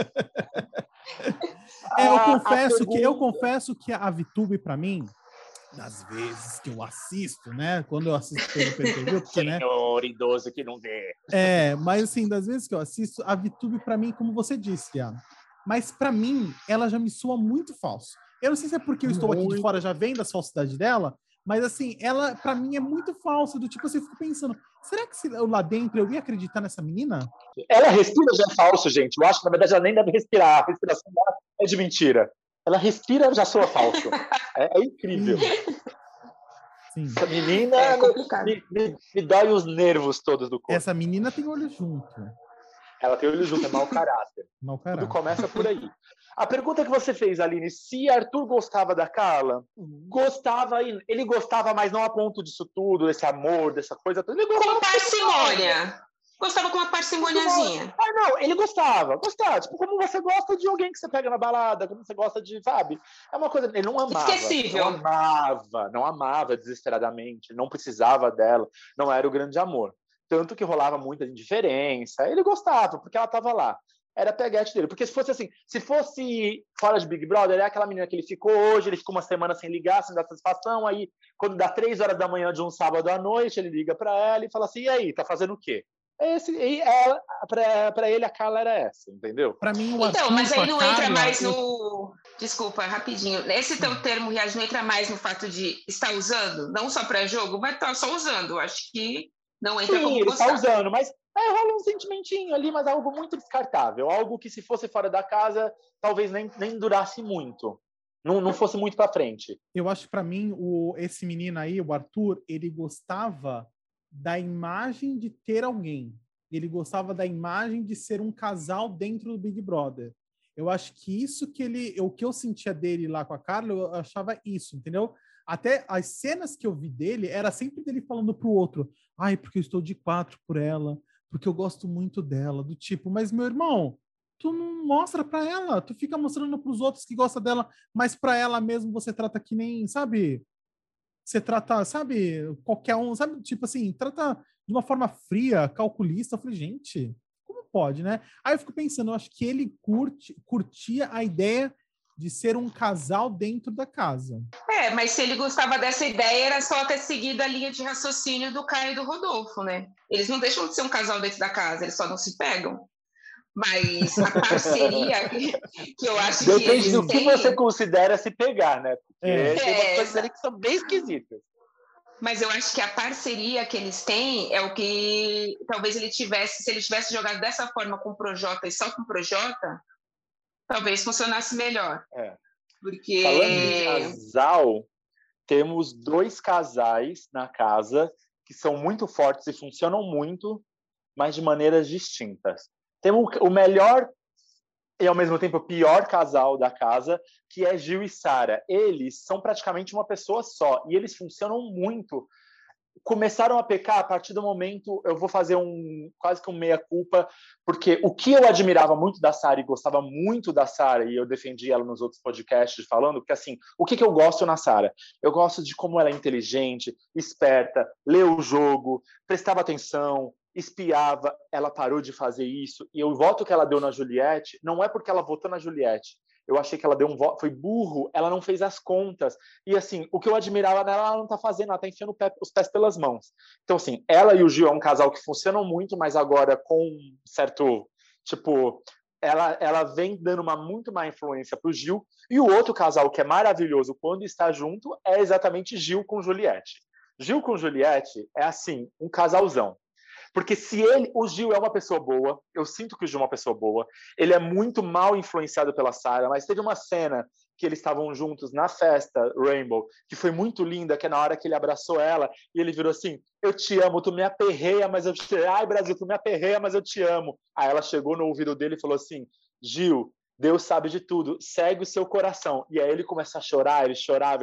Eu confesso que a Vitube, para mim, das vezes que eu assisto, né? Quando eu assisto pelo PTV, porque, né? Senhor idoso que não vê. Mas assim, das vezes que eu assisto, a Vitube, para mim, como você disse, Tiago, mas para mim, ela já me soa muito falso. Eu não sei se é porque eu estou aqui de fora já vendo a falsidade dela, mas assim, ela, para mim, é muito falsa, do tipo assim, eu fico pensando, será que lá dentro eu ia acreditar nessa menina? Ela respira já é falso, gente. Eu acho que, na verdade, ela nem deve respirar. A respiração dela é de mentira. Ela respira já soa falso. É incrível. Sim. Essa menina me dói os nervos todos do corpo. Essa menina tem olho junto. Ela tem olho junto, é mau caráter. Mau caráter. Tudo começa por aí. A pergunta que você fez, Aline, se Arthur gostava da Carla, gostava, ele gostava, mas não a ponto disso tudo, desse amor, dessa coisa toda. Ele gostava com parcimônia. Gostava com uma parcimoniazinha. Não, ele gostava. Tipo, como você gosta de alguém que você pega na balada, como você gosta de, sabe? É uma coisa, ele não amava. Esquecível. Não amava desesperadamente, não precisava dela, não era o grande amor. Tanto que rolava muita indiferença. Ele gostava, porque ela estava lá. era peguete dele. Porque se fosse assim, se fosse fora de Big Brother, é aquela menina que ele ficou hoje, ele ficou uma semana sem ligar, sem dar satisfação, aí quando dá 3 horas da manhã de um sábado à noite, ele liga para ela e fala assim, e aí, tá fazendo o quê? Para ele, a Carla era essa, entendeu? Para mim, o então, Arthur mas aí com a não Carla, entra mais no... Desculpa, rapidinho. Esse teu termo, Riad, não entra mais no fato de estar usando, não só para jogo, mas tá só usando. Acho que não entra como ele gostar. está usando, mas rola um sentimentinho ali, mas algo muito descartável. Algo que, se fosse fora da casa, talvez nem durasse muito. Não fosse muito para frente. Eu acho que, para mim, esse menino aí, o Arthur, ele gostava da imagem de ter alguém. Ele gostava da imagem de ser um casal dentro do Big Brother. Eu acho que isso o que eu sentia dele lá com a Carla, eu achava isso, entendeu? Até as cenas que eu vi dele, era sempre dele falando pro outro, ai, porque eu estou de 4 por ela, porque eu gosto muito dela, do tipo, mas meu irmão, tu não mostra pra ela, tu fica mostrando pros outros que gosta dela, mas pra ela mesmo você trata que nem, sabe? Você trata, sabe, qualquer um, sabe? Tipo assim, trata de uma forma fria, calculista. Eu falei, gente, como pode, né? Aí eu fico pensando, eu acho que ele curtia a ideia de ser um casal dentro da casa. Mas se ele gostava dessa ideia, era só ter seguido a linha de raciocínio do Caio e do Rodolfo, né? Eles não deixam de ser um casal dentro da casa, eles só não se pegam. Mas a parceria que eu acho que eles Depende do que têm... você considera se pegar, né? Porque tem umas coisas ali exato. que são bem esquisitas. Mas eu acho que a parceria que eles têm é o que talvez ele tivesse, se ele tivesse jogado dessa forma com o Projota e só com o Projota, talvez funcionasse melhor. Porque... Falando em casal, temos 2 casais na casa que são muito fortes e funcionam muito, mas de maneiras distintas. Temos o melhor e, ao mesmo tempo, o pior casal da casa, que é Gil e Sara. Eles são praticamente uma pessoa só, e eles funcionam muito. Começaram a pecar a partir do momento, eu vou fazer quase que um meia-culpa, porque o que eu admirava muito da Sara e gostava muito da Sara, e eu defendi ela nos outros podcasts falando, porque assim, o que eu gosto na Sara? Eu gosto de como ela é inteligente, esperta, lê o jogo, prestava atenção, espiava, ela parou de fazer isso, e o voto que ela deu na Juliette, não é porque ela votou na Juliette, eu achei que ela deu um voto, foi burro, ela não fez as contas. E assim, o que eu admirava nela, ela não tá fazendo, ela tá enfiando os pés pelas mãos. Então, assim, ela e o Gil é um casal que funcionam muito, mas agora com um certo, tipo, ela vem dando uma muito má influência pro Gil. E o outro casal que é maravilhoso quando está junto é exatamente Gil com Juliette. Gil com Juliette é, assim, um casalzão. Porque o Gil é uma pessoa boa, eu sinto que o Gil é uma pessoa boa, ele é muito mal influenciado pela Sara, mas teve uma cena que eles estavam juntos na festa Rainbow, que foi muito linda, que é na hora que ele abraçou ela e ele virou assim, eu te amo, tu me aperreia, mas eu te amo. Ai, Brasil, tu me aperreia, mas eu te amo. Aí ela chegou no ouvido dele e falou assim, Gil, Deus sabe de tudo, segue o seu coração. E aí ele começa a chorar, ele chorava,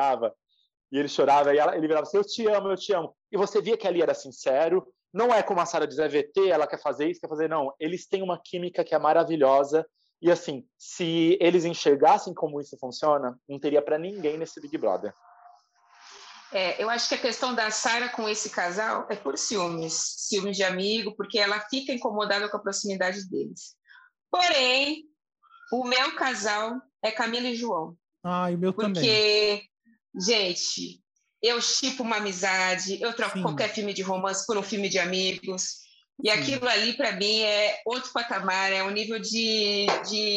e ele chorava, e ele virava assim, eu te amo, eu te amo. E você via que ali era sincero, não é como a Sara diz, é VT, ela quer fazer isso, quer fazer... Não, eles têm uma química que é maravilhosa. E, assim, se eles enxergassem como isso funciona, não teria para ninguém nesse Big Brother. Eu acho que a questão da Sara com esse casal é por ciúmes de amigo, porque ela fica incomodada com a proximidade deles. Porém, o meu casal é Camila e João. E o meu também. Porque, gente... eu shippo uma amizade, eu troco qualquer filme de romance por um filme de amigos. E aquilo ali, para mim, é outro patamar, é um nível de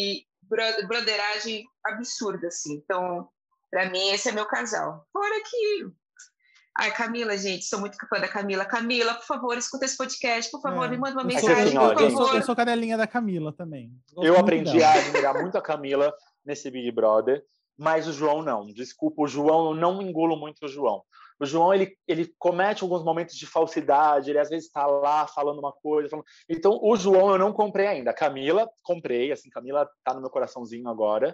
broderagem absurda, assim. Então, para mim, esse é meu casal. Fora que... Ai, Camila, gente, sou muito fã da Camila. Camila, por favor, escuta esse podcast, por favor, me manda uma mensagem, por favor. Eu sou cadelinha da Camila também. Eu aprendi a admirar muito a Camila nesse Big Brother, mas o João não. Desculpa, o João, eu não engulo muito o João. O João, ele comete alguns momentos de falsidade, ele às vezes está lá falando uma coisa. Então, o João eu não comprei ainda. A Camila, comprei, assim, Camila tá no meu coraçãozinho agora.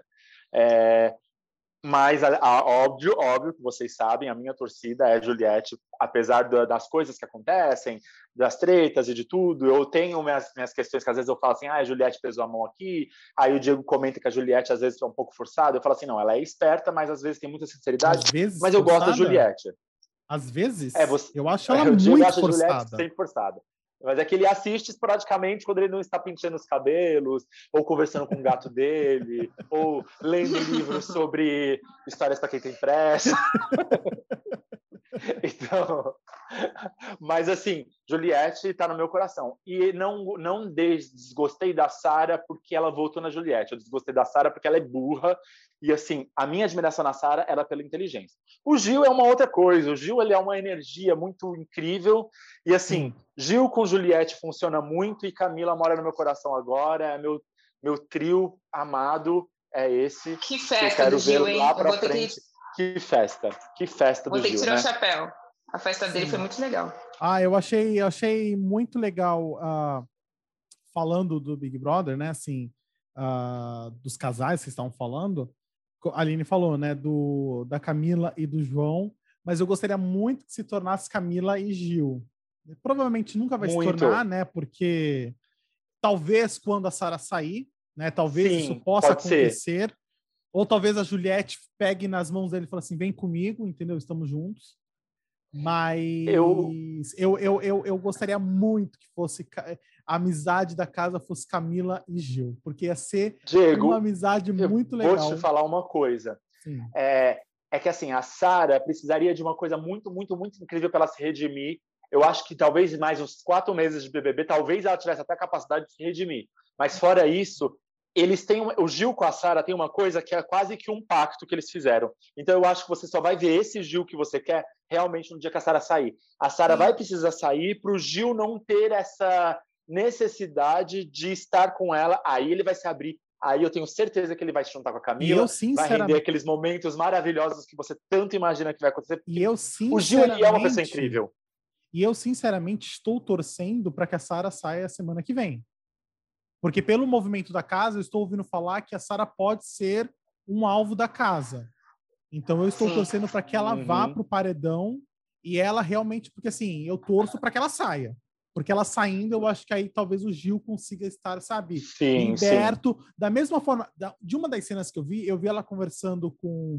Mas, óbvio que vocês sabem, a minha torcida é Juliette, apesar das coisas que acontecem, das tretas e de tudo. Eu tenho minhas questões que às vezes eu falo assim, a Juliette pesou a mão aqui, aí o Diego comenta que a Juliette às vezes é um pouco forçada. Eu falo assim, não, ela é esperta, mas às vezes tem muita sinceridade, mas eu gosto da Juliette. Às vezes? Eu acho ela muito forçada. Sempre forçada. Mas é que ele assiste esporadicamente quando ele não está pintando os cabelos, ou conversando com o gato dele, ou lendo livros sobre histórias para quem tem pressa. Então, mas assim, Juliette está no meu coração. E não desgostei da Sarah porque ela voltou na Juliette. Eu desgostei da Sarah porque ela é burra. E assim, a minha admiração na Sarah era pela inteligência. O Gil é uma outra coisa. O Gil, ele é uma energia muito incrível. E assim, Gil com Juliette funciona muito e Camila mora no meu coração agora. É meu trio amado, é esse. Que festa eu quero do Gil, ver hein? lá pra frente. Que festa do Gil, né? Vou ter que tirar o chapéu. A festa dele foi muito legal. Eu achei muito legal, falando do Big Brother, né? Assim, dos casais que estavam falando. A Aline falou, né? Da Camila e do João. Mas eu gostaria muito que se tornasse Camila e Gil. Provavelmente nunca vai se tornar, né? Porque talvez quando a Sarah sair, né? Talvez isso possa acontecer. Ser. Ou talvez a Juliette pegue nas mãos dele e fale assim, vem comigo, entendeu? Estamos juntos. Mas eu gostaria muito que fosse a amizade da casa fosse Camila e Gil, porque ia ser uma amizade muito legal. Vou te falar uma coisa. É que assim, a Sarah precisaria de uma coisa muito, muito, muito incrível para ela se redimir. Eu acho que talvez mais uns 4 meses de BBB, talvez ela tivesse até a capacidade de se redimir. Mas fora isso, eles têm o Gil com a Sarah tem uma coisa que é quase que um pacto que eles fizeram. Então eu acho que você só vai ver esse Gil que você quer realmente no dia que a Sarah sair. A Sarah vai precisar sair para o Gil não ter essa necessidade de estar com ela. Aí ele vai se abrir. Aí eu tenho certeza que ele vai se juntar com a Camila. Vai render aqueles momentos maravilhosos que você tanto imagina que vai acontecer. O Gil, ele é uma pessoa incrível. E eu sinceramente estou torcendo para que a Sarah saia semana que vem. Porque pelo movimento da casa, eu estou ouvindo falar que a Sarah pode ser um alvo da casa. Então eu estou torcendo para que ela vá para o paredão e ela realmente... Porque assim, eu torço para que ela saia. Porque ela saindo, eu acho que aí talvez o Gil consiga estar, sabe, liberto. Da mesma forma, de uma das cenas que eu vi ela conversando com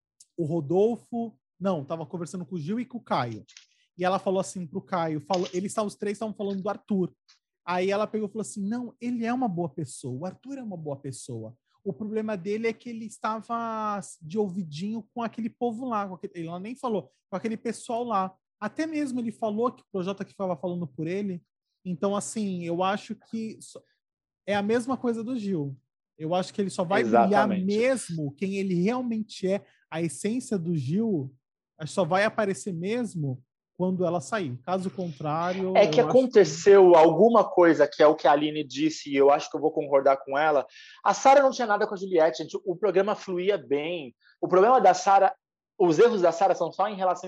o Rodolfo... Não, estava conversando com o Gil e com o Caio. E ela falou assim pro Caio, os três estavam falando do Arthur. Aí ela pegou e falou assim, não, ele é uma boa pessoa, o Arthur é uma boa pessoa. O problema dele é que ele estava de ouvidinho com aquele povo lá, ela nem falou, com aquele pessoal lá. Até mesmo ele falou que o Projota que estava falando por ele. Então, assim, eu acho que é a mesma coisa do Gil. Eu acho que ele só vai brilhar mesmo quem ele realmente é. A essência do Gil só vai aparecer mesmo quando ela sair. Caso contrário... É que aconteceu alguma coisa, que é o que a Aline disse, e eu acho que eu vou concordar com ela. A Sarah não tinha nada com a Juliette, gente. O programa fluía bem. O problema da Sarah... Os erros da Sarah são só em relação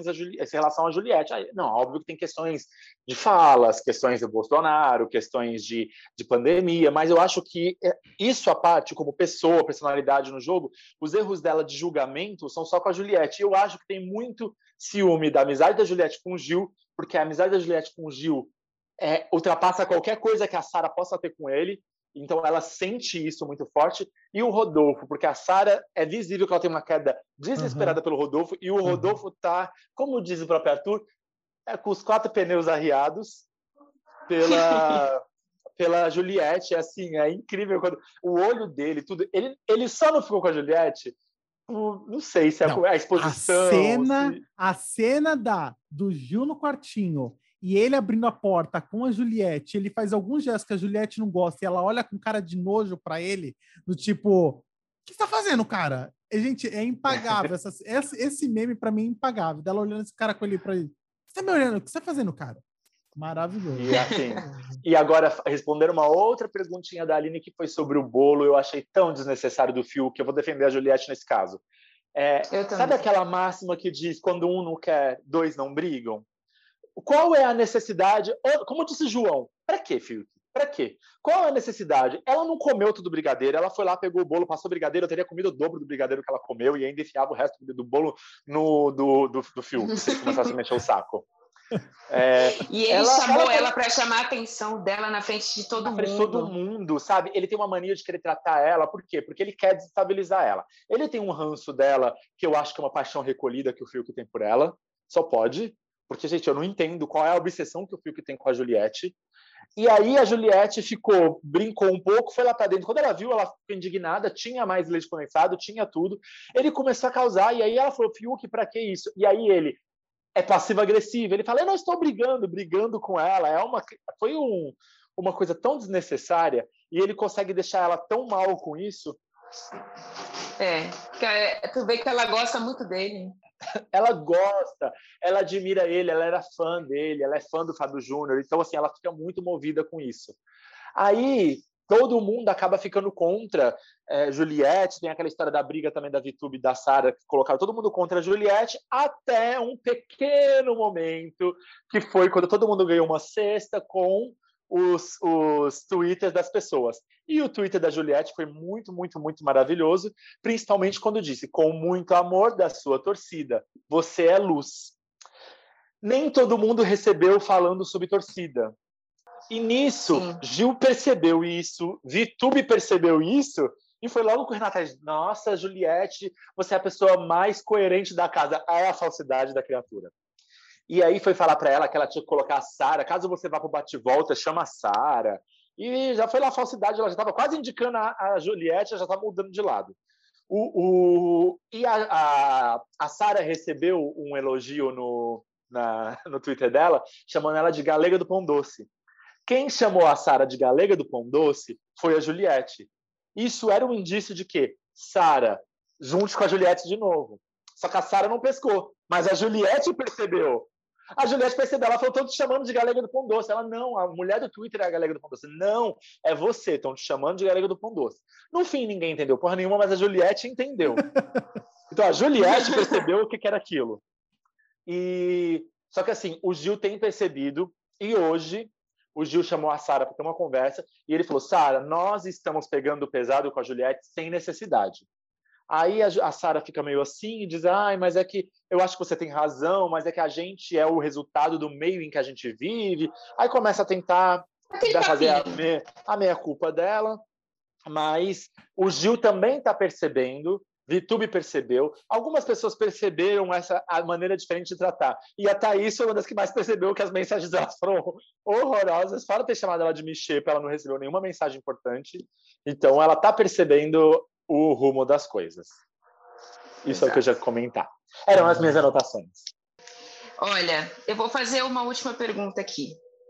à Juliette. Não, óbvio que tem questões de falas, questões do Bolsonaro, questões de pandemia, mas eu acho que isso à parte, como pessoa, personalidade no jogo, os erros dela de julgamento são só com a Juliette. E eu acho que tem muito ciúme da amizade da Juliette com o Gil, porque a amizade da Juliette com o Gil ultrapassa qualquer coisa que a Sarah possa ter com ele. Então ela sente isso muito forte. E o Rodolfo, porque a Sarah é visível que ela tem uma queda desesperada pelo Rodolfo, e o Rodolfo tá, como diz o próprio Arthur, com os 4 pneus arriados pela Juliette. Assim, é incrível quando o olho dele, tudo. Ele só não ficou com a Juliette. Não sei se é a exposição. A cena do Gil no quartinho e ele abrindo a porta com a Juliette, ele faz alguns gestos que a Juliette não gosta e ela olha com cara de nojo pra ele, do tipo, o que você tá fazendo, cara? Gente, é impagável. Esse meme pra mim é impagável. Dela olhando esse cara com ele pra ele. Você tá me olhando? O que você tá fazendo, cara? Maravilhoso. E, assim, e agora, responder uma outra perguntinha da Aline, que foi sobre o bolo, eu achei tão desnecessário do Fiuk, que eu vou defender a Juliette nesse caso. Sabe aquela máxima que diz, quando um não quer, 2 não brigam? Qual é a necessidade? Como disse João, para quê, Fiuk? Para quê? Qual é a necessidade? Ela não comeu tudo o brigadeiro, ela foi lá, pegou o bolo, passou o brigadeiro, eu teria comido o dobro do brigadeiro que ela comeu e ainda enfiava o resto do bolo do Fiuk, se ele começasse a mexer o saco. E ele chamou ela para chamar a atenção dela na frente de todo mundo. Na frente de todo mundo, sabe? Ele tem uma mania de querer tratar ela, por quê? Porque ele quer desestabilizar ela. Ele tem um ranço dela, que eu acho que é uma paixão recolhida que o Fiuk tem por ela, só pode, Porque, gente, eu não entendo qual é a obsessão que o Fiuk tem com a Juliette. E aí a Juliette brincou um pouco, foi lá pra dentro. Quando ela viu, ela ficou indignada, tinha mais leite condensado, tinha tudo. Ele começou a causar, e aí ela falou, Fiuk, pra que isso? E aí ele é passivo-agressivo. Ele fala, eu não estou brigando com ela. Foi uma coisa tão desnecessária, e ele consegue deixar ela tão mal com isso. Tu vê que ela gosta muito dele. Ela gosta, ela admira ele, ela era fã dele, ela é fã do Fábio Júnior, então assim, ela fica muito movida com isso. Aí todo mundo acaba ficando contra Juliette, tem aquela história da briga também da VTube e da Sarah, que colocaram todo mundo contra a Juliette, até um pequeno momento, que foi quando todo mundo ganhou uma cesta com os twitters das pessoas. E o Twitter da Juliette foi muito, muito, muito maravilhoso, principalmente quando disse, com muito amor da sua torcida, você é luz. Nem todo mundo recebeu falando sobre torcida. E nisso, Gil percebeu isso, VTube percebeu isso, e foi logo correndo atrás. Nossa, Juliette, você é a pessoa mais coerente da casa. É a falsidade da criatura. E aí foi falar para ela que ela tinha que colocar a Sarah, caso você vá para o bate-volta, chama a Sarah. E já foi lá a falsidade, ela já estava quase indicando a Juliette, ela já estava mudando de lado. E a Sarah recebeu um elogio no Twitter dela, chamando ela de Galega do Pão Doce. Quem chamou a Sarah de Galega do Pão Doce foi a Juliette. Isso era um indício de que Sarah junte com a Juliette de novo. Só que a Sarah não pescou, mas a Juliette percebeu. A Juliette percebeu, ela falou, estão te chamando de Galega do Pão Doce. Ela, não, a mulher do Twitter é a Galega do Pão Doce. Não, é você, estão te chamando de Galega do Pão Doce. No fim, ninguém entendeu porra nenhuma, mas a Juliette entendeu. Então, a Juliette percebeu o que era aquilo. Só que, assim, o Gil tem percebido, e hoje o Gil chamou a Sarah para ter uma conversa, e ele falou, Sarah, nós estamos pegando pesado com a Juliette sem necessidade. Aí a Sarah fica meio assim e diz, mas é que eu acho que você tem razão, mas é que a gente é o resultado do meio em que a gente vive. Aí começa a tentar fazer a meia-culpa dela, mas o Gil também está percebendo, VTube percebeu, algumas pessoas perceberam a maneira diferente de tratar. E a Thaís foi uma das que mais percebeu que as mensagens dela foram horrorosas, fora ter chamado ela de Michê, ela não recebeu nenhuma mensagem importante. Então ela está percebendo o rumo das coisas. Isso é o que eu já ia comentar. Eram as minhas anotações. Olha, eu vou fazer uma última pergunta aqui.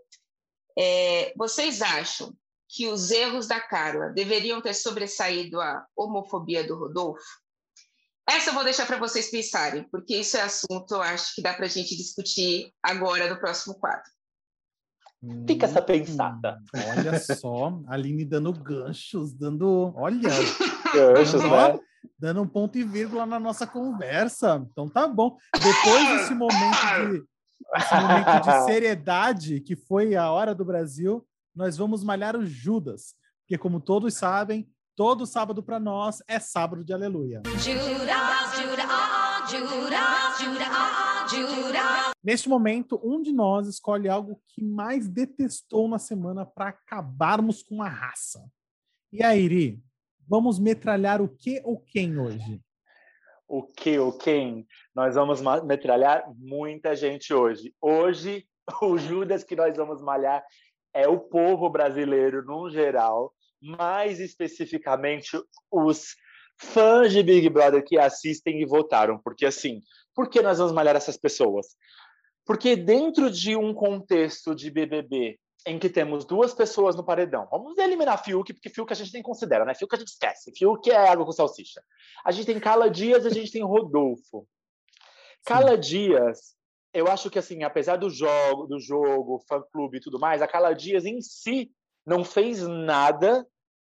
Vocês acham que os erros da Carla deveriam ter sobressaído a homofobia do Rodolfo? Essa eu vou deixar para vocês pensarem, porque isso é assunto, eu acho que dá para a gente discutir agora no próximo quadro. Fica essa pensada. Olha só, a Aline dando ganchos, olha, ganchos, né? Dando um ponto e vírgula na nossa conversa. Então tá bom. Depois desse momento de seriedade, que foi a Hora do Brasil, nós vamos malhar o Judas. Porque, como todos sabem, todo sábado para nós é sábado de aleluia. Judas, Judas, Judas, Judas, Judas. Neste momento, um de nós escolhe algo que mais detestou na semana para acabarmos com a raça. E aí, Iri, vamos metralhar o que ou quem hoje? O que ou quem? Nós vamos metralhar muita gente hoje. Hoje, o Judas que nós vamos malhar é o povo brasileiro no geral, mais especificamente os fãs de Big Brother que assistem e votaram. Porque, assim, por que nós vamos malhar essas pessoas? Porque dentro de um contexto de BBB em que temos duas pessoas no paredão, vamos eliminar Fiuk, porque Fiuk a gente nem considera, né? Fiuk a gente esquece. Fiuk é água com salsicha. A gente tem Carla Dias e a gente tem Rodolfo. Carla Dias, eu acho que, assim, apesar do jogo, fã-clube e tudo mais, a Carla Dias em si não fez nada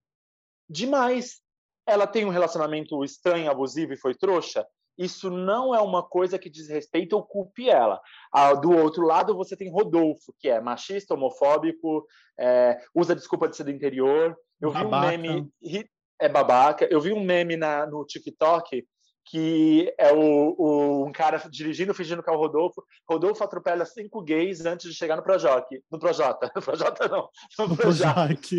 demais. Ela tem um relacionamento estranho, abusivo e foi trouxa. Isso não é uma coisa que diz respeito ou culpe ela. Do outro lado, você tem Rodolfo, que é machista, homofóbico, usa desculpa de ser do interior. Eu vi um meme... É babaca. Eu vi um meme no TikTok que é um cara dirigindo, fingindo que é o Rodolfo. Rodolfo atropela 5 gays antes de chegar no Projac. No Projota. No Projota não. No Projac.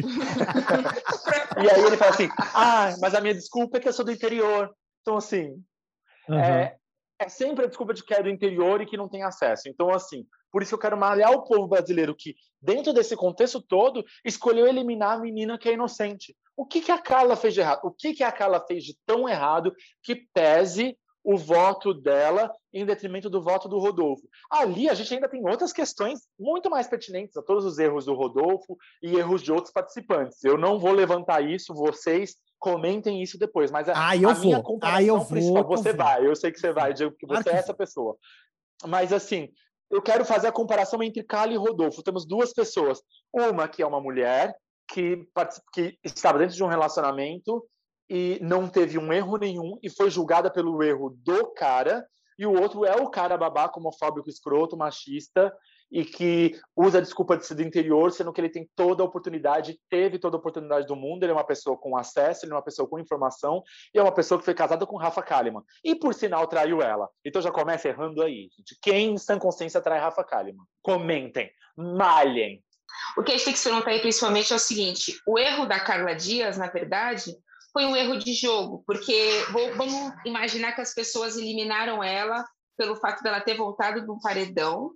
E aí ele fala assim, mas a minha desculpa é que eu sou do interior. Então, assim... é sempre a desculpa de que é do interior e que não tem acesso. Então, assim, por isso que eu quero malhar o povo brasileiro que, dentro desse contexto todo, escolheu eliminar a menina que é inocente. O que a Carla fez de errado? O que a Carla fez de tão errado que pese o voto dela em detrimento do voto do Rodolfo? Ali a gente ainda tem outras questões muito mais pertinentes a todos os erros do Rodolfo e erros de outros participantes. Eu não vou levantar isso, vocês comentem isso depois, mas a minha comparação principal... Você vai, eu sei que você vai, Diego, porque você é essa pessoa. Mas, assim, eu quero fazer a comparação entre Carla e Rodolfo. Temos duas pessoas. Uma que é uma mulher que estava dentro de um relacionamento e não teve um erro nenhum e foi julgada pelo erro do cara, e o outro é o cara babaca, homofóbico, escroto, machista, e que usa a desculpa de ser do interior, sendo que ele tem toda a oportunidade, teve toda a oportunidade do mundo, ele é uma pessoa com acesso, ele é uma pessoa com informação, e é uma pessoa que foi casada com Rafa Kalimann. E, por sinal, traiu ela. Então já começa errando aí, gente. Quem, em sã consciência, trai Rafa Kalimann? Comentem, malhem. O que a gente tem que se perguntar aí, principalmente, é o seguinte: o erro da Carla Dias, na verdade, foi um erro de jogo, porque vamos imaginar que as pessoas eliminaram ela pelo fato dela ter voltado de um paredão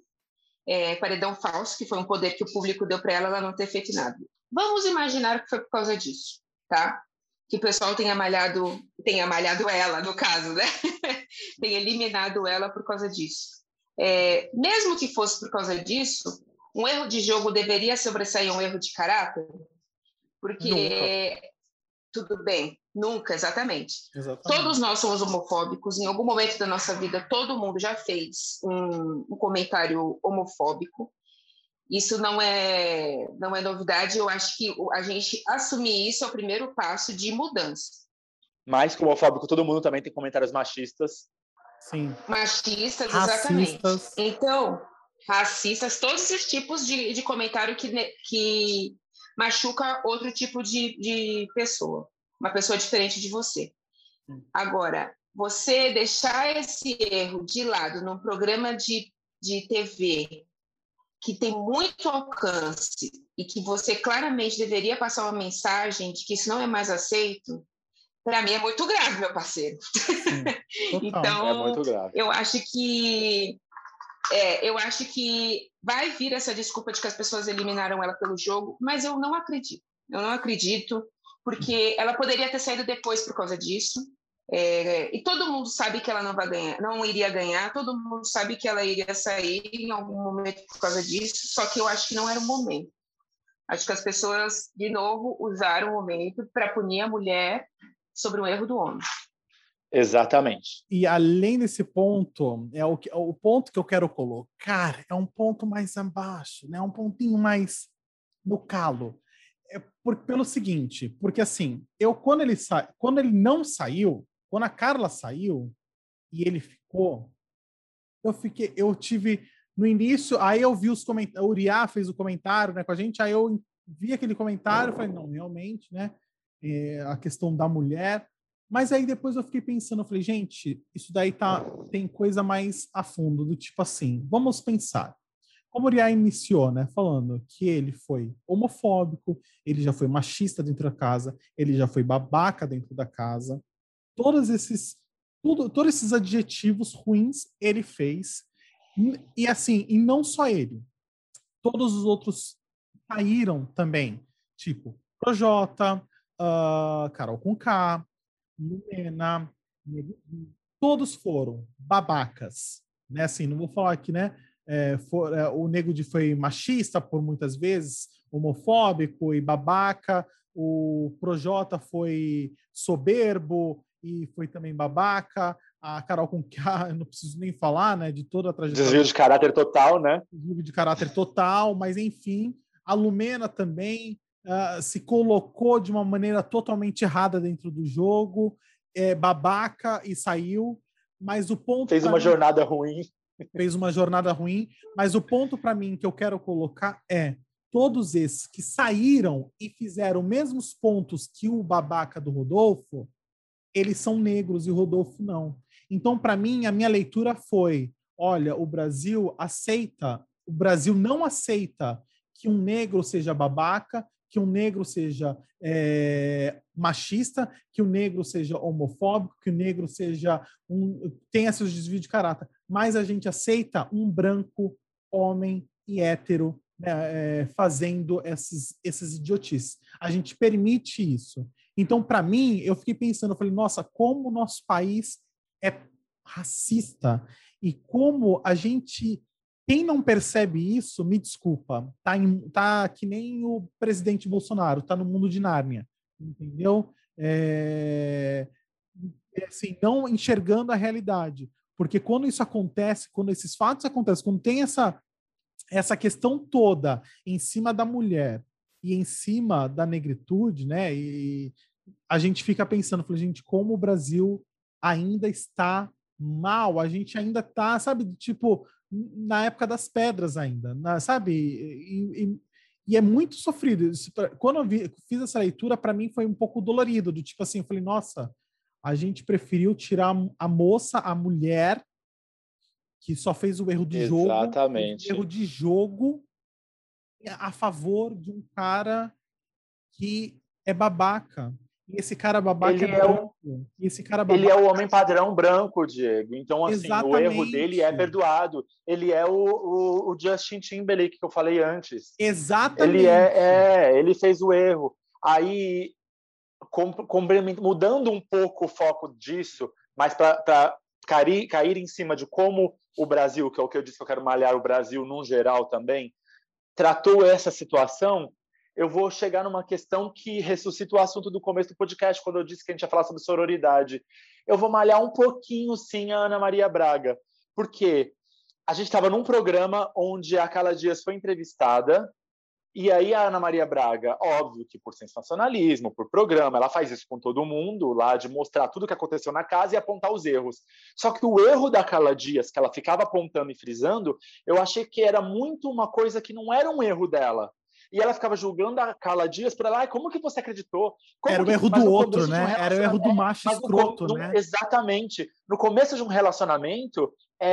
falso, que foi um poder que o público deu para ela não ter feito nada. Vamos imaginar que foi por causa disso, tá? Que o pessoal tenha malhado ela, no caso, né? Tenha eliminado ela por causa disso. Mesmo que fosse por causa disso, um erro de jogo deveria sobressair um erro de caráter? Porque... Nunca. Tudo bem, nunca, exatamente. Todos nós somos homofóbicos, em algum momento da nossa vida todo mundo já fez um comentário homofóbico. Isso não é novidade, eu acho que a gente assumir isso é o primeiro passo de mudança. Mais que homofóbico, todo mundo também tem comentários machistas. Sim. Machistas, racistas. Exatamente. Então, racistas, todos os tipos de comentário que machuca outro tipo de pessoa, uma pessoa diferente de você. Agora, você deixar esse erro de lado num programa de TV que tem muito alcance e que você claramente deveria passar uma mensagem de que isso não é mais aceito, para mim é muito grave, meu parceiro. Então, é muito grave. eu acho que vai vir essa desculpa de que as pessoas eliminaram ela pelo jogo, mas eu não acredito. Eu não acredito, porque ela poderia ter saído depois por causa disso. E todo mundo sabe que ela não iria ganhar, todo mundo sabe que ela iria sair em algum momento por causa disso, só que eu acho que não era o momento. Acho que as pessoas, de novo, usaram o momento para punir a mulher sobre o erro do homem. Exatamente. E além desse ponto, o ponto que eu quero colocar é um ponto mais abaixo, né? Um pontinho mais no calo. Pelo seguinte, porque assim, quando ele não saiu, quando a Carla saiu e ele ficou, eu tive no início, aí eu vi os comentários, o Uriah fez o comentário, né, com a gente, aí eu vi aquele comentário, falei, não, realmente, né, a questão da mulher. Mas aí depois eu fiquei pensando, eu falei, gente, isso daí tem coisa mais a fundo, do tipo assim, vamos pensar. Como o Uriah iniciou, né, falando que ele foi homofóbico, ele já foi machista dentro da casa, ele já foi babaca dentro da casa, todos esses adjetivos ruins ele fez, e assim, e não só ele, todos os outros saíram também, tipo Projota, Carol Conká, Lumena, todos foram babacas, né? Assim, não vou falar aqui, né? O Nego Di foi machista por muitas vezes, homofóbico e babaca. O Projota foi soberbo e foi também babaca. A Carol Conká, eu não preciso nem falar, né? De toda a trajetória. Desvio de caráter total, né? Desvio de caráter total, mas enfim, a Lumena também. Se colocou de uma maneira totalmente errada dentro do jogo, babaca e saiu, mas o ponto... Fez uma jornada ruim. Fez uma jornada ruim, mas o ponto para mim que eu quero colocar é todos esses que saíram e fizeram os mesmos pontos que o babaca do Rodolfo, eles são negros e o Rodolfo não. Então, para mim, a minha leitura foi, olha, o Brasil não aceita que um negro seja babaca, que um negro seja machista, que o negro seja homofóbico, que o negro tenha seus desvios de caráter. Mas a gente aceita um branco, homem e hétero, né, fazendo esses idiotices. A gente permite isso. Então, para mim, eu fiquei pensando, eu falei, nossa, como o nosso país é racista e como a gente... Quem não percebe isso, me desculpa, tá que nem o presidente Bolsonaro, tá no mundo de Nárnia, entendeu? Assim, não enxergando a realidade. Porque quando isso acontece, quando esses fatos acontecem, quando tem essa questão toda em cima da mulher e em cima da negritude, né? E a gente fica pensando, gente, como o Brasil ainda está mal, a gente ainda está, sabe, tipo, na época das pedras ainda, sabe? E é muito sofrido. Quando eu fiz essa leitura, para mim foi um pouco dolorido, do tipo assim, eu falei, nossa, a gente preferiu tirar a moça, a mulher, que só fez o erro de Exatamente. erro de jogo a favor de um cara que é babaca. E esse cara babaca Ele é branco. E esse cara babaca... Ele é o homem padrão branco, Diego. Então, assim, Exatamente. o erro dele é perdoado. Ele é o Justin Timberlake que eu falei antes. Exatamente. Ele fez o erro. Aí, mudando um pouco o foco disso, mas para cair em cima de como o Brasil, que é o que eu disse que eu quero malhar o Brasil num geral também, tratou essa situação, eu vou chegar numa questão que ressuscita o assunto do começo do podcast, quando eu disse que a gente ia falar sobre sororidade. Eu vou malhar um pouquinho, sim, a Ana Maria Braga, porque a gente estava num programa onde a Carla Dias foi entrevistada, e aí a Ana Maria Braga, óbvio que por sensacionalismo, por programa, ela faz isso com todo mundo, lá de mostrar tudo o que aconteceu na casa e apontar os erros. Só que o erro da Carla Dias, que ela ficava apontando e frisando, eu achei que era muito uma coisa que não era um erro dela. E ela ficava julgando a Carla Dias por ela, como que você acreditou? Era o erro do outro, né? Era o erro do macho escroto, né? Exatamente. No começo de um relacionamento,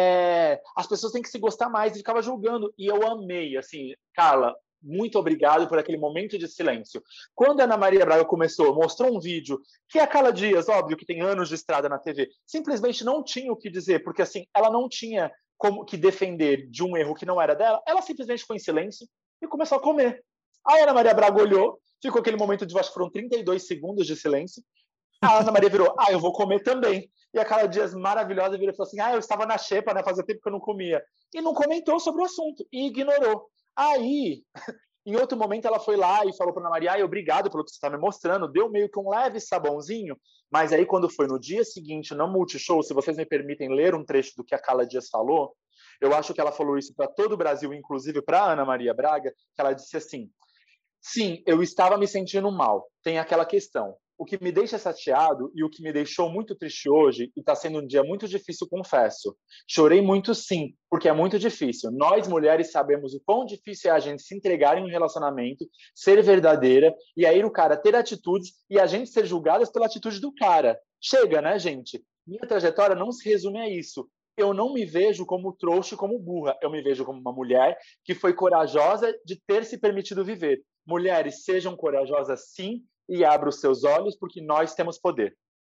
as pessoas têm que se gostar mais, e ficava julgando. E eu amei, assim, Carla, muito obrigado por aquele momento de silêncio. Quando a Ana Maria Braga mostrou um vídeo que a Carla Dias, óbvio que tem anos de estrada na TV, simplesmente não tinha o que dizer, porque assim, ela não tinha como que defender de um erro que não era dela, ela simplesmente ficou em silêncio e começou a comer. A Ana Maria Braga olhou, ficou aquele momento de, acho que foram 32 segundos de silêncio, a Ana Maria virou, eu vou comer também. E a Carla Dias, maravilhosa, virou e falou assim, eu estava na xepa, né, fazia tempo que eu não comia. E não comentou sobre o assunto, e ignorou. Aí, em outro momento, ela foi lá e falou para a Ana Maria, obrigado pelo que você está me mostrando, deu meio que um leve sabãozinho, mas aí quando foi no dia seguinte, no Multishow, se vocês me permitem ler um trecho do que a Carla Dias falou, eu acho que ela falou isso para todo o Brasil, inclusive para a Ana Maria Braga, que ela disse assim, sim, eu estava me sentindo mal, tem aquela questão. O que me deixa chateado e o que me deixou muito triste hoje, e está sendo um dia muito difícil, confesso. Chorei muito, sim, porque é muito difícil. Nós, mulheres, sabemos o quão difícil é a gente se entregar em um relacionamento, ser verdadeira, e aí o cara ter atitudes e a gente ser julgadas pela atitude do cara. Chega, né, gente? Minha trajetória não se resume a isso. Eu não me vejo como trouxa e como burra. Eu me vejo como uma mulher que foi corajosa de ter se permitido viver. Mulheres, sejam corajosas, sim, e abra os seus olhos, porque nós temos poder.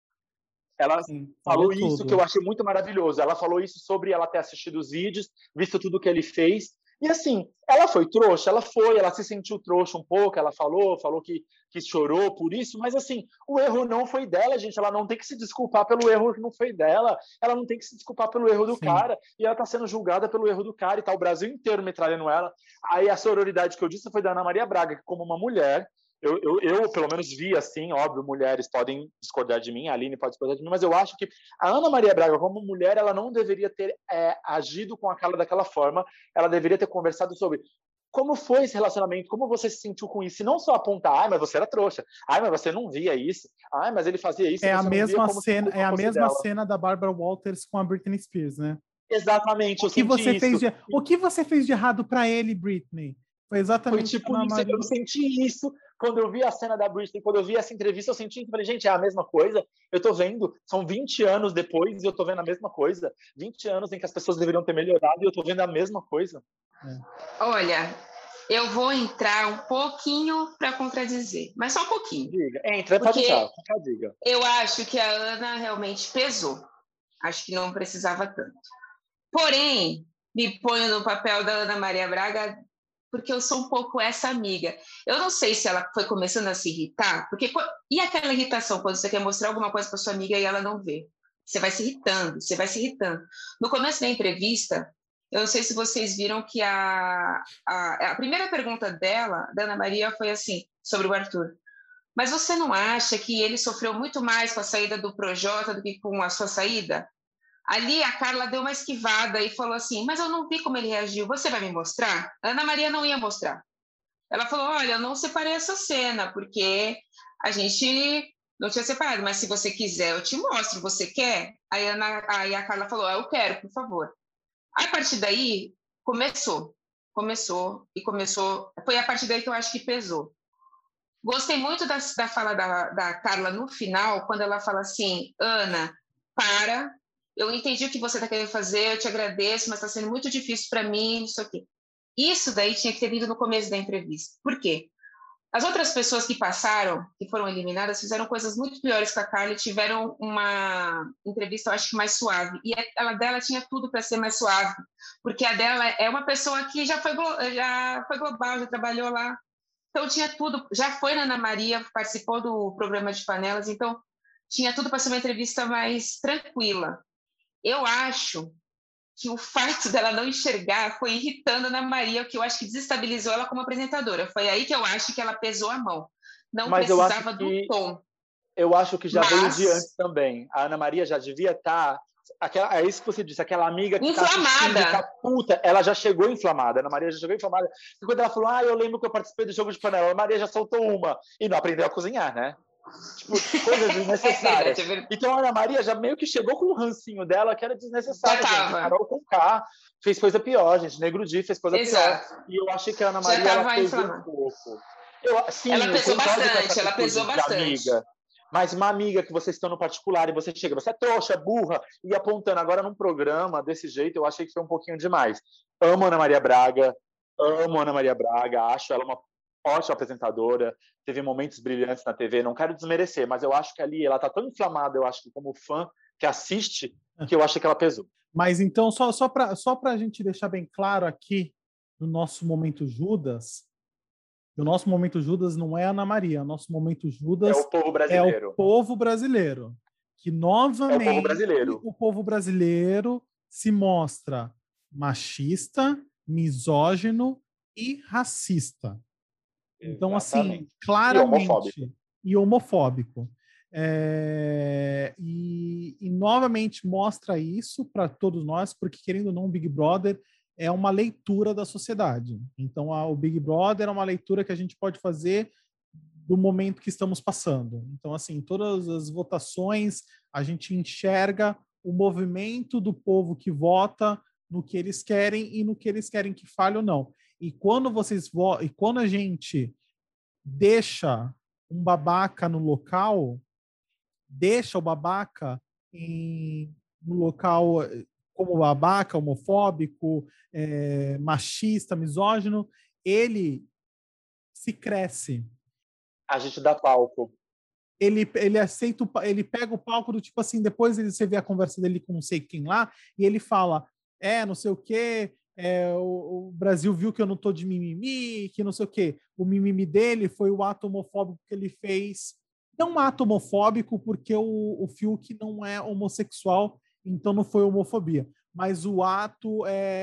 Ela falou isso tudo. Que eu achei muito maravilhoso. Ela falou isso sobre ela ter assistido os vídeos, visto tudo que ele fez. E assim, ela foi trouxa, ela se sentiu trouxa um pouco, ela falou que chorou por isso, mas assim, o erro não foi dela, gente. Ela não tem que se desculpar pelo erro que não foi dela, ela não tem que se desculpar pelo erro do cara, e ela está sendo julgada pelo erro do cara, e tá o Brasil inteiro metralhando ela. Aí a sororidade que eu disse foi da Ana Maria Braga, que como uma mulher, eu pelo menos vi assim, óbvio, mulheres podem discordar de mim, a Aline pode discordar de mim, mas eu acho que a Ana Maria Braga, como mulher, ela não deveria ter agido com a Carla daquela forma, ela deveria ter conversado sobre como foi esse relacionamento, como você se sentiu com isso, e não só apontar, mas você era trouxa, mas você não via isso, mas ele fazia isso. É a mesma cena da Barbara Walters com a Britney Spears, né? Exatamente, o que você fez de errado para ele, Britney? Foi exatamente isso. Eu senti isso quando eu vi a cena da Britney, quando eu vi essa entrevista, eu senti, falei, gente, é a mesma coisa, eu tô vendo, são 20 anos depois e eu tô vendo a mesma coisa, 20 anos em que as pessoas deveriam ter melhorado e eu tô vendo a mesma coisa. Olha, Eu vou entrar um pouquinho para contradizer, mas só um pouquinho. Diga, entra, pode entrar, diga. Eu acho que a Ana realmente pesou. Acho que não precisava tanto. Porém, me ponho no papel da Ana Maria Braga, porque eu sou um pouco essa amiga. Eu não sei se ela foi começando a se irritar, porque e aquela irritação quando você quer mostrar alguma coisa para sua amiga e ela não vê? Você vai se irritando, você vai se irritando. No começo da entrevista, eu não sei se vocês viram que a primeira pergunta dela, da Ana Maria, foi assim, sobre o Arthur. Mas você não acha que ele sofreu muito mais com a saída do Projota do que com a sua saída? Ali a Carla deu uma esquivada e falou assim, mas eu não vi como ele reagiu, você vai me mostrar? A Ana Maria não ia mostrar. Ela falou, olha, eu não separei essa cena, porque a gente não tinha separado, mas se você quiser, eu te mostro, você quer? Aí a Carla falou, eu quero, por favor. A partir daí, começou. Foi a partir daí que eu acho que pesou. Gostei muito da fala da Carla no final, quando ela fala assim, Ana, para, eu entendi o que você está querendo fazer, eu te agradeço, mas está sendo muito difícil para mim, isso aqui. Isso daí tinha que ter vindo no começo da entrevista. Por quê? As outras pessoas que passaram, que foram eliminadas, fizeram coisas muito piores que a Carla e tiveram uma entrevista, eu acho que mais suave. E a dela tinha tudo para ser mais suave, porque a dela é uma pessoa que já foi global, já trabalhou lá. Então, tinha tudo. Já foi na Ana Maria, participou do programa de panelas, então tinha tudo para ser uma entrevista mais tranquila. Eu acho que o fato dela não enxergar foi irritando a Ana Maria, que eu acho que desestabilizou ela como apresentadora. Foi aí que eu acho que ela pesou a mão. Não Mas precisava do tom. Eu acho que já veio de antes também. A Ana Maria já devia estar... é isso que você disse, aquela amiga que inflamada. Tá puta, ela já chegou inflamada. A Ana Maria já chegou inflamada. E quando ela falou, eu lembro que eu participei do jogo de panela, a Ana Maria já soltou uma. E não aprendeu a cozinhar, né? Tipo, coisas desnecessárias. Então a Ana Maria já meio que chegou com o rancinho dela, que era desnecessário, gente. Carol Conká fez coisa pior, gente. Negro Di fez coisa pior. E eu achei que a Ana Maria ela pesou um pouco. Ela pesou bastante, ela pesou bastante. Amiga, mas uma amiga que vocês estão no particular e você chega, você é trouxa, é burra, e apontando agora num programa desse jeito, eu achei que foi um pouquinho demais. Amo Ana Maria Braga, acho ela uma ótima apresentadora, teve momentos brilhantes na TV, não quero desmerecer, mas eu acho que ali ela tá tão inflamada, eu acho que como fã que assiste, que eu achei que ela pesou. Mas então, só para a gente deixar bem claro aqui, no nosso Momento Judas, o nosso Momento Judas não é a Ana Maria, o nosso Momento Judas é o povo brasileiro. É o povo brasileiro. Que novamente o povo brasileiro se mostra machista, misógino e racista. Então, exatamente. assim, claramente... E homofóbico. E novamente mostra isso para todos nós, porque, querendo ou não, o Big Brother é uma leitura da sociedade. Então, o Big Brother é uma leitura que a gente pode fazer do momento que estamos passando. Então, assim, todas as votações, a gente enxerga o movimento do povo que vota no que eles querem e no que eles querem que fale ou não. E quando quando a gente deixa um babaca no local, deixa o babaca no local como babaca, homofóbico, machista, misógino, ele se cresce. A gente dá palco. Ele aceita, ele pega o palco do tipo assim, depois você vê a conversa dele com não sei quem lá, e ele fala, não sei o quê, o Brasil viu que eu não tô de mimimi, que não sei o quê. O mimimi dele foi o ato homofóbico que ele fez. Não um ato homofóbico, porque o Fiuk não é homossexual, então não foi homofobia. Mas o ato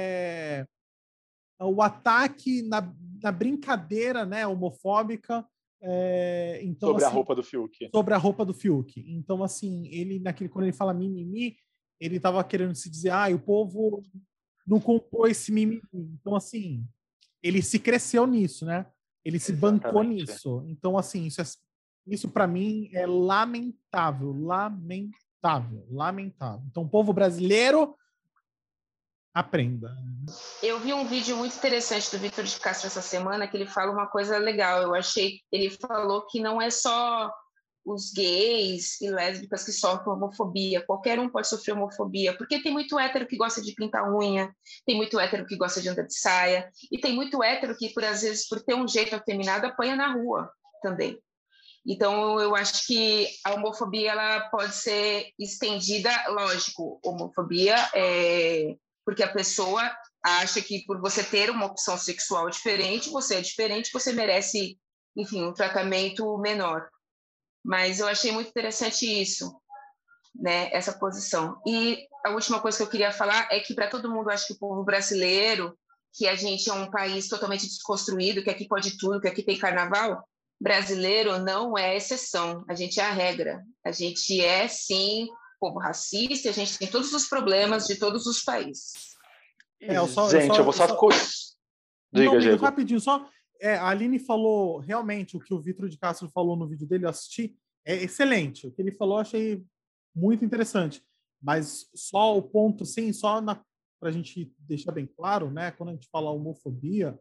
o ataque na brincadeira, né, homofóbica. Então, sobre assim, a roupa do Fiuk. Sobre a roupa do Fiuk. Então, assim, quando ele fala mimimi, ele estava querendo se dizer, o povo não comprou esse mimimi. Então, assim, ele se cresceu nisso, né? Ele se bancou nisso. Então, assim, isso para mim é lamentável. Então, o povo brasileiro, aprenda. Eu vi um vídeo muito interessante do Vitor de Castro essa semana, que ele fala uma coisa legal. Ele falou que não é só os gays e lésbicas que sofrem homofobia. Qualquer um pode sofrer homofobia, porque tem muito hétero que gosta de pintar unha, tem muito hétero que gosta de andar de saia, e tem muito hétero que, às vezes, por ter um jeito afeminado, apanha na rua também. Então, eu acho que a homofobia ela pode ser estendida, lógico, homofobia porque a pessoa acha que por você ter uma opção sexual diferente, você é diferente, você merece, enfim, um tratamento menor. Mas eu achei muito interessante isso, né, essa posição. E a última coisa que eu queria falar é que, para todo mundo, acho que o povo brasileiro, que a gente é um país totalmente desconstruído, que aqui pode tudo, que aqui tem carnaval, brasileiro não é exceção, a gente é a regra. A gente é, sim, povo racista, a gente tem todos os problemas de todos os países. Eu vou só... Diga, Diego. Rapidinho, só... a Aline falou, realmente, o que o Vitor de Castro falou no vídeo dele, eu assisti, é excelente. O que ele falou, eu achei muito interessante. Mas só o ponto, sim, para a gente deixar bem claro, né? Quando a gente fala homofobia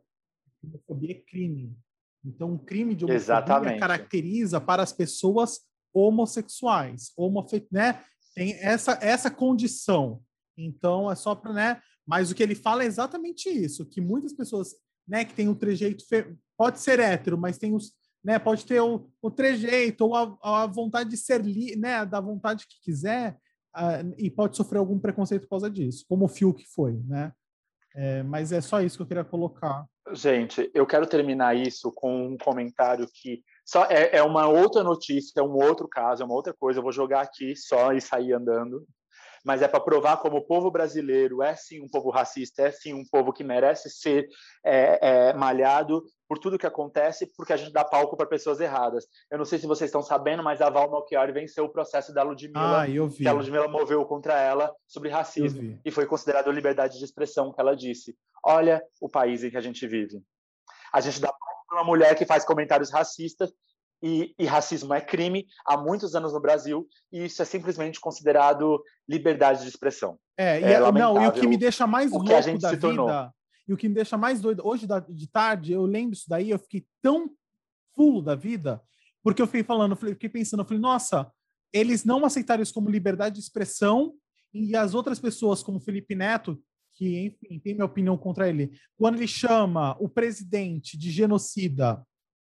é crime. Então, um crime de homofobia caracteriza para as pessoas homossexuais, né? Tem essa condição. Então, é só para, né? Mas o que ele fala é exatamente isso, que muitas pessoas, né, que tem um trejeito, pode ser hétero, mas tem os, né, pode ter o trejeito ou a vontade de ser, né, da vontade que quiser, e pode sofrer algum preconceito por causa disso, como o Fiuk foi, né? Mas é só isso que eu queria colocar. Gente, eu quero terminar isso com um comentário que só é uma outra notícia, é um outro caso, é uma outra coisa. Eu vou jogar aqui só e sair andando. Mas é para provar como o povo brasileiro é sim um povo racista, é sim um povo que merece ser malhado por tudo que acontece, porque a gente dá palco para pessoas erradas. Eu não sei se vocês estão sabendo, mas a Val Malchiori venceu o processo da Ludmilla, que a Ludmilla moveu contra ela sobre racismo, e foi considerado liberdade de expressão, que ela disse. Olha o país em que a gente vive. A gente dá palco para uma mulher que faz comentários racistas, e racismo é crime há muitos anos no Brasil, e isso é simplesmente considerado liberdade de expressão. E o que me deixa mais louco da vida, e o que me deixa mais doido, hoje de tarde, eu lembro isso daí, eu fiquei tão fulo da vida, porque eu fiquei pensando, nossa, eles não aceitaram isso como liberdade de expressão, e as outras pessoas, como Felipe Neto, que, enfim, tem minha opinião contra ele, quando ele chama o presidente de genocida,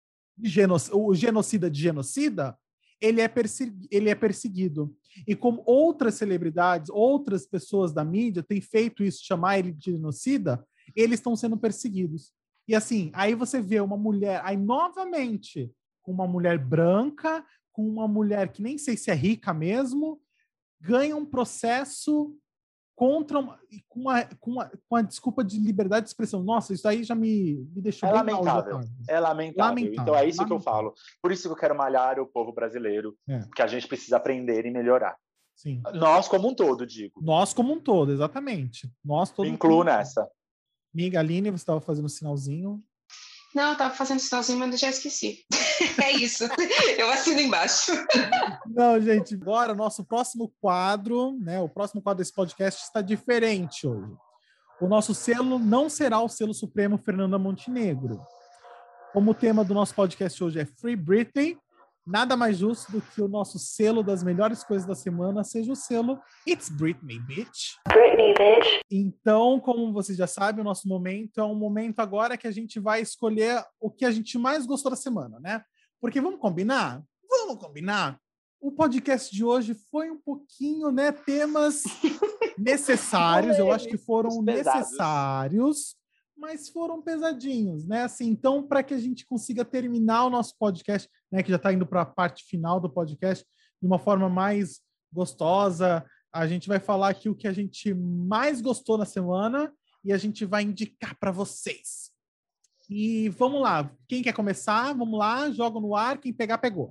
o genocida de genocida, ele é perseguido. E como outras celebridades, outras pessoas da mídia têm feito isso, chamar ele de genocida, eles estão sendo perseguidos. E assim, aí você vê uma mulher, aí novamente, uma mulher branca, com uma mulher que nem sei se é rica mesmo, ganha um processo contra com a desculpa de liberdade de expressão. Nossa, isso aí já me deixou bem mal. É lamentável. Então é isso que eu falo. Por isso que eu quero malhar o povo brasileiro, que a gente precisa aprender e melhorar. Sim. Nós como um todo, digo. Nós como um todo, exatamente. Nós todos. Me incluo nessa. Amiga Aline, você estava fazendo um sinalzinho. Não, eu estava fazendo sinalzinho, mas eu já esqueci. É isso. Eu assino embaixo. Não, gente, agora o nosso próximo quadro, né? O próximo quadro desse podcast está diferente hoje. O nosso selo não será o selo supremo Fernanda Montenegro. Como o tema do nosso podcast hoje é Free Britney, nada mais justo do que o nosso selo das melhores coisas da semana seja o selo It's Britney, bitch. Britney, bitch. Então, como vocês já sabem, o nosso momento é um momento agora que a gente vai escolher o que a gente mais gostou da semana, né? Porque vamos combinar? Vamos combinar? O podcast de hoje foi um pouquinho, né? Temas necessários, eu acho que foram necessários, mas foram pesadinhos, né? Assim, então, para que a gente consiga terminar o nosso podcast, né, que já está indo para a parte final do podcast, de uma forma mais gostosa, a gente vai falar aqui o que a gente mais gostou na semana e a gente vai indicar para vocês. E vamos lá, quem quer começar? Vamos lá, joga no ar, quem pegar, pegou.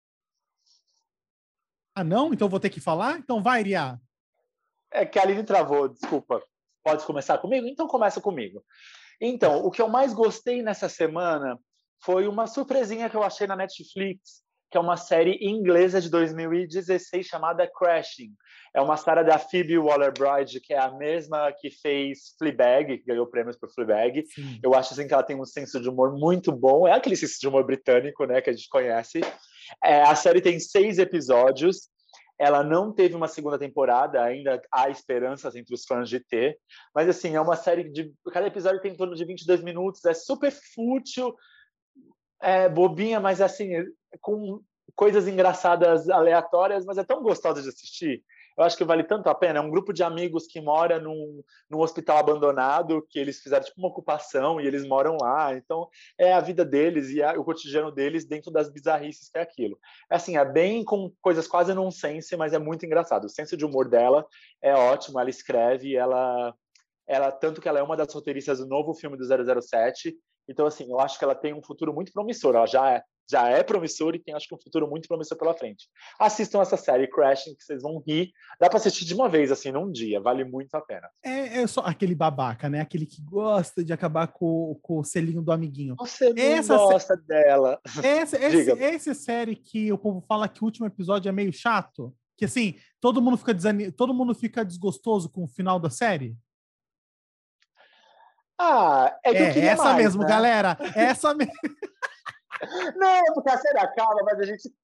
Ah, não? Então vou ter que falar? Então vai, Iria. É que a Aline travou, desculpa. Pode começar comigo? Então começa comigo. Então, o que eu mais gostei nessa semana foi uma surpresinha que eu achei na Netflix, que é uma série inglesa de 2016 chamada Crashing. É uma série da Phoebe Waller-Bridge, que é a mesma que fez Fleabag, que ganhou prêmios por Fleabag. Sim. Eu acho assim, que ela tem um senso de humor muito bom. É aquele senso de humor britânico, né, que a gente conhece. A série tem 6 episódios. Ela não teve uma segunda temporada, ainda há esperanças entre os fãs de ter. Mas, assim, é uma série de... Cada episódio tem em torno de 22 minutos, é super fútil, é bobinha, mas, assim, com coisas engraçadas, aleatórias, mas é tão gostosa de assistir. Eu acho que vale tanto a pena. É um grupo de amigos que mora num hospital abandonado, que eles fizeram tipo uma ocupação e eles moram lá. Então, é a vida deles e o cotidiano deles dentro das bizarrices que é aquilo. Assim, é bem com coisas quase nonsense, mas é muito engraçado. O senso de humor dela é ótimo. Ela escreve, tanto que ela é uma das roteiristas do novo filme do 007. Então, assim, eu acho que ela tem um futuro muito promissor. Ela já é promissora e tem, acho que, um futuro muito promissor pela frente. Assistam essa série, Crashing, que vocês vão rir. Dá para assistir de uma vez, assim, num dia. Vale muito a pena. É só aquele babaca, né? Aquele que gosta de acabar com o selinho do amiguinho. Você não gosta dela. Essa série que o povo fala que o último episódio é meio chato, que, assim, todo mundo fica desgostoso com o final da série. É que eu queria essa mais, mesmo, né? galera. Essa mesmo. Não, porque a série acaba, mas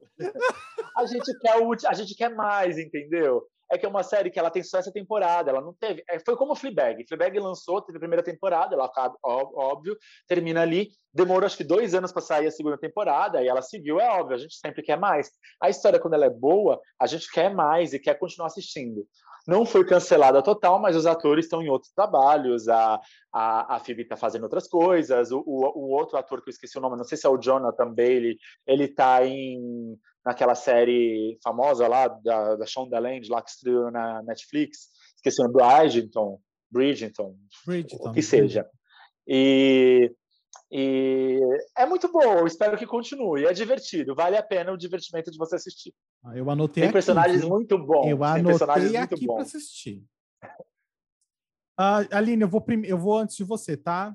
a gente quer mais, entendeu? É que é uma série que ela tem só essa temporada, ela não teve... Foi como Fleabag. Fleabag lançou, teve a primeira temporada, ela acaba, óbvio, termina ali, demorou acho que 2 anos para sair a segunda temporada, e ela seguiu, é óbvio, a gente sempre quer mais. A história, quando ela é boa, a gente quer mais e quer continuar assistindo. Não foi cancelada total, mas os atores estão em outros trabalhos, a Phoebe está fazendo outras coisas, o outro ator que eu esqueci o nome, não sei se é o Jonathan Bailey, ele está naquela série famosa lá, da Shonda Land, lá que estreou na Netflix, esqueci o nome, Bridgerton, o que seja. E é muito bom, eu espero que continue, é divertido, vale a pena o divertimento de você assistir. Eu anotei Tem personagens aqui, muito bons. Eu anotei aqui para assistir. Aline, eu vou antes de você, tá?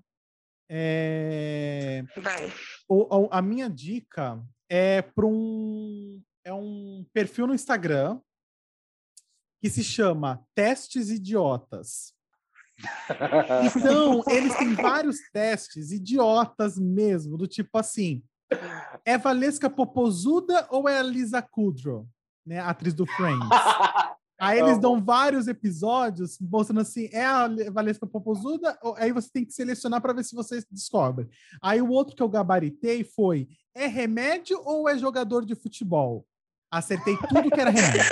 Vai. A minha dica é para um perfil no Instagram que se chama Testes Idiotas. Então, eles têm vários testes idiotas mesmo, do tipo assim, é Valesca Popozuda ou é a Lisa Kudrow, né, a atriz do Friends? Aí eles dão vários episódios mostrando assim, é a Valesca Popozuda? Aí você tem que selecionar para ver se você descobre. Aí o outro que eu gabaritei foi, é remédio ou é jogador de futebol? Acertei tudo que era remédio.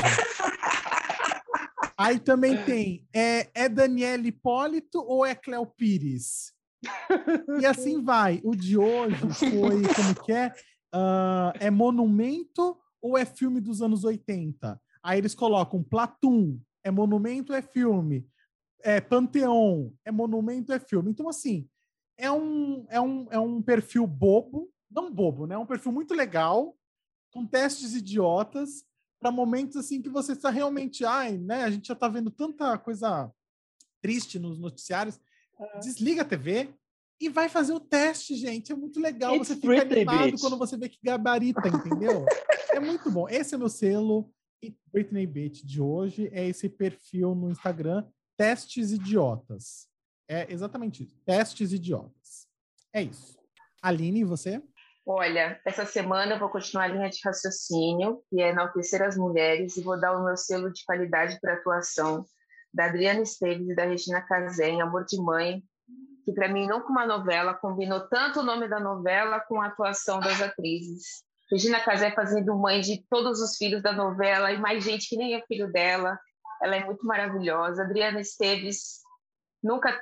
Aí também tem, é Daniela Hipólito ou é Cléo Pires? E assim vai. O de hoje foi, como que é? É monumento ou é filme dos anos 80? Aí eles colocam Platum, é monumento, é filme. Panteão, é monumento, é filme. Então, assim, é um perfil bobo, não bobo, né? É um perfil muito legal, com testes idiotas, para momentos assim que você está realmente, né? A gente já está vendo tanta coisa triste nos noticiários. Desliga a TV e vai fazer o teste, gente. É muito legal. Você fica animado quando você vê que gabarita, entendeu? É muito bom. Esse é meu selo Britney Beach de hoje. É esse perfil no Instagram, Testes Idiotas. É exatamente isso. Testes Idiotas. É isso. Aline, você? Olha, essa semana eu vou continuar a linha de raciocínio, que é enaltecer as mulheres, e vou dar o meu selo de qualidade para atuação da Adriana Esteves e da Regina Casé em Amor de Mãe, que para mim, não com uma novela, combinou tanto o nome da novela com a atuação das atrizes. Regina Casé fazendo mãe de todos os filhos da novela e mais gente que nem é filho dela. Ela é muito maravilhosa. Adriana Esteves nunca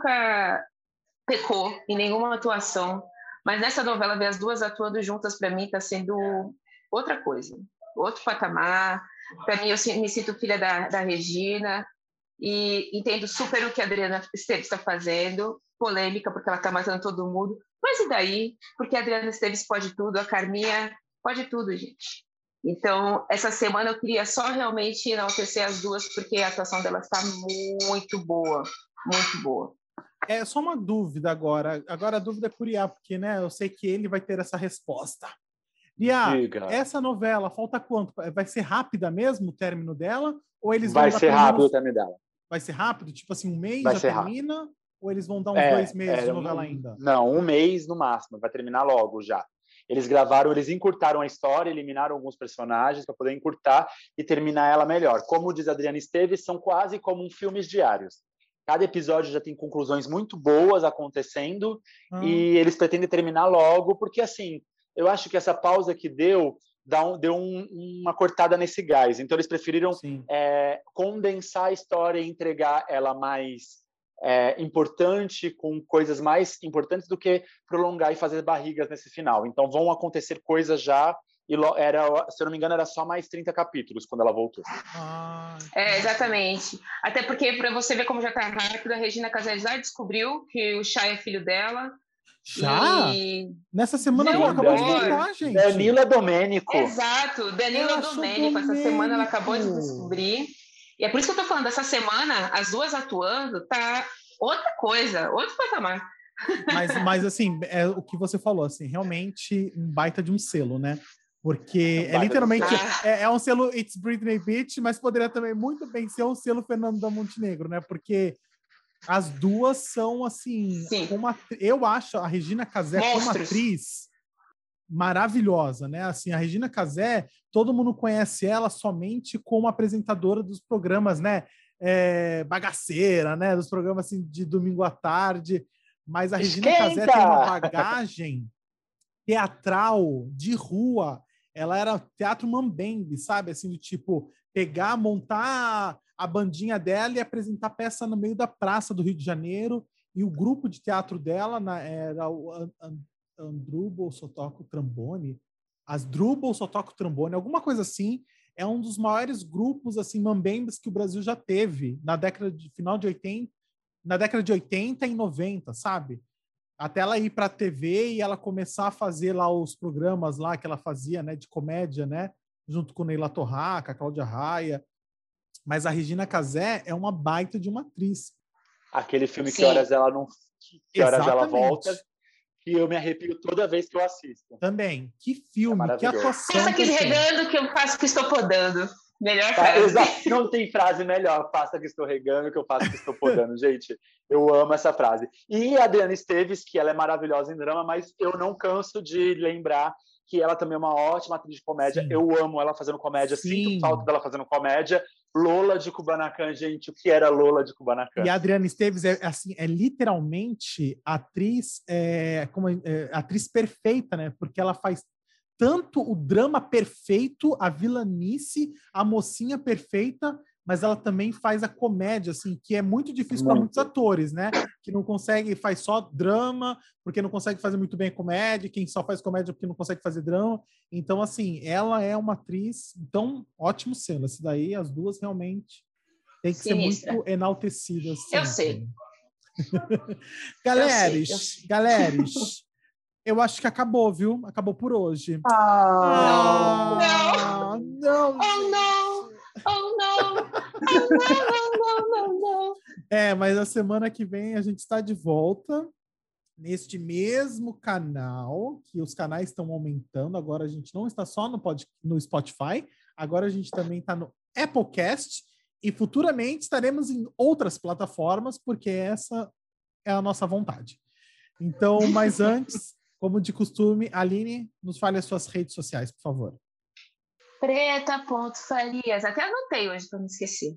pecou em nenhuma atuação, mas nessa novela ver as duas atuando juntas para mim está sendo outra coisa, outro patamar. Para mim, eu me sinto filha da Regina e entendo super o que a Adriana Esteves está fazendo. Polêmica porque ela está matando todo mundo, mas e daí? Porque a Adriana Esteves pode tudo, a Carminha pode tudo, gente. Então, essa semana eu queria só realmente enaltecer as duas, porque a atuação delas está muito boa, muito boa. É só uma dúvida agora. Agora a dúvida é por Iá, porque, né, eu sei que ele vai ter essa resposta. Iá, essa novela, falta quanto? Vai ser rápida mesmo o término dela? Ou eles vão vai ser rápido o término dela. Vai ser rápido? Tipo assim, um mês vai já termina? Rápido. Ou eles vão dar uns 2 meses de novela ainda? Não, 1 mês no máximo. Vai terminar logo já. Eles encurtaram a história, eliminaram alguns personagens para poder encurtar e terminar ela melhor. Como diz a Adriana Esteves, são quase como filmes diários. Cada episódio já tem conclusões muito boas acontecendo e eles pretendem terminar logo, porque, assim, eu acho que essa pausa que deu uma cortada nesse gás. Então, eles preferiram condensar a história e entregar ela mais importante, com coisas mais importantes do que prolongar e fazer barrigas nesse final. Então, vão acontecer coisas já, e se eu não me engano, era só mais 30 capítulos quando ela voltou. Exatamente. Até porque, para você ver como já tá rápido, a Regina Casé já descobriu que o Chay é filho dela. Já? Nessa semana ela acabou de voltar, gente. Danilo Domênico. Exato, Danilo Domênico. Essa semana ela acabou de descobrir. E é por isso que eu tô falando, essa semana, as duas atuando, tá outra coisa, outro patamar. Mas assim, é o que você falou, assim, realmente um baita de um selo, né? Porque literalmente um selo It's Britney Bitch, mas poderia também muito bem ser um selo Fernando da Montenegro, né? Porque as duas são, assim, eu acho a Regina Casé como atriz maravilhosa, né? Assim, a Regina Casé, todo mundo conhece ela somente como apresentadora dos programas, né? Bagaceira, né? Dos programas assim, de domingo à tarde. Mas a Regina Casé tem uma bagagem teatral de rua. Ela era teatro mambembe, sabe? Assim, do tipo, pegar, montar a bandinha dela e apresentar peça no meio da praça do Rio de Janeiro. E o grupo de teatro dela era o Asdrubal Sotoco Trombone, alguma coisa assim. É um dos maiores grupos assim mambembes que o Brasil já teve na década de 80 e 90, sabe? Até ela ir para a TV e ela começar a fazer lá os programas lá que ela fazia, né, de comédia, né, junto com Neila Torraca, Cláudia Raia. Mas a Regina Casé é uma baita de uma atriz. Aquele filme Que Horas Ela Não... Que Horas Ela Volta, que eu me arrepio toda vez que eu assisto. Também. Que filme, que atuação. Passa aqui regando que eu faço que estou podando. Melhor frase. Exato. Não tem frase melhor. Faça que estou regando, que eu faço que estou podando. Gente, eu amo essa frase. E a Adriana Esteves, que ela é maravilhosa em drama, mas eu não canso de lembrar que ela também é uma ótima atriz de comédia. Sim. Eu amo ela fazendo comédia. Sim. Sinto falta dela fazendo comédia. Lola de Kubanacan, gente. O que era Lola de Kubanacan? E a Adriana Esteves é literalmente atriz perfeita, né? Porque ela faz tanto o drama perfeito, a vilanice, a mocinha perfeita, mas ela também faz a comédia, assim, que é muito difícil para muitos atores, né? Que não consegue, faz só drama, porque não consegue fazer muito bem a comédia, quem só faz comédia porque não consegue fazer drama. Então, assim, ela é uma atriz, então, ótimo selo. Esse daí, as duas realmente tem que ser muito enaltecidas. Eu sei. Galeres, eu acho que acabou, viu? Acabou por hoje. Não! Não! Oh, não! Oh, não! Não! Mas a semana que vem a gente está de volta neste mesmo canal, que os canais estão aumentando. Agora a gente não está só no Spotify, agora a gente também está no Applecast e futuramente estaremos em outras plataformas, porque essa é a nossa vontade. Então, mas antes, como de costume, Aline, nos fale as suas redes sociais, por favor. Preta.Farias. Até anotei hoje para não esquecer.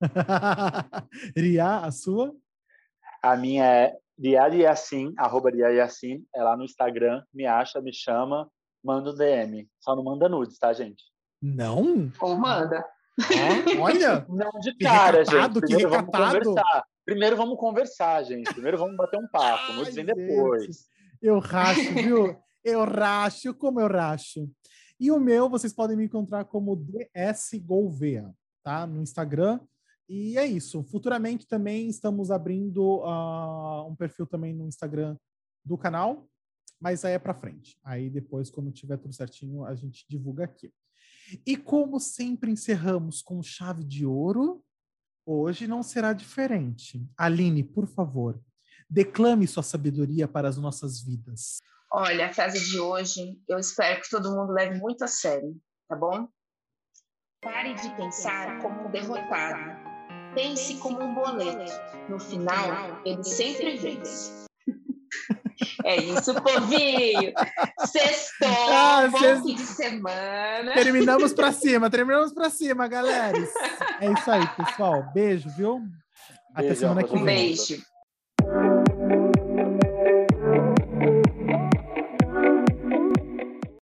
Ria, a sua? A minha é @Riayassin. É lá no Instagram. Me acha, me chama, manda um DM. Só não manda nudes, tá, gente? Não? Ou manda. Olha! Não de cara, gente. Primeiro vamos conversar. Primeiro vamos conversar, gente. Primeiro vamos bater um papo. Nudes vem depois. Eu racho, viu? Como eu racho. E o meu, vocês podem me encontrar como DS Gouveia, tá? No Instagram. E é isso. Futuramente também estamos abrindo um perfil também no Instagram do canal, mas aí é para frente. Aí depois, quando tiver tudo certinho, a gente divulga aqui. E como sempre encerramos com chave de ouro, hoje não será diferente. Aline, por favor, declame sua sabedoria para as nossas vidas. Olha, a frase de hoje, eu espero que todo mundo leve muito a sério, tá bom? Pare de pensar como um derrotado. Pense como um boleto. No final, ele sempre vence. É isso, povinho. Sextou, bom fim de semana. Terminamos pra cima, galera. É isso aí, pessoal. Beijo, viu? Até Beijão semana pra que todo Um vem. mundo. beijo.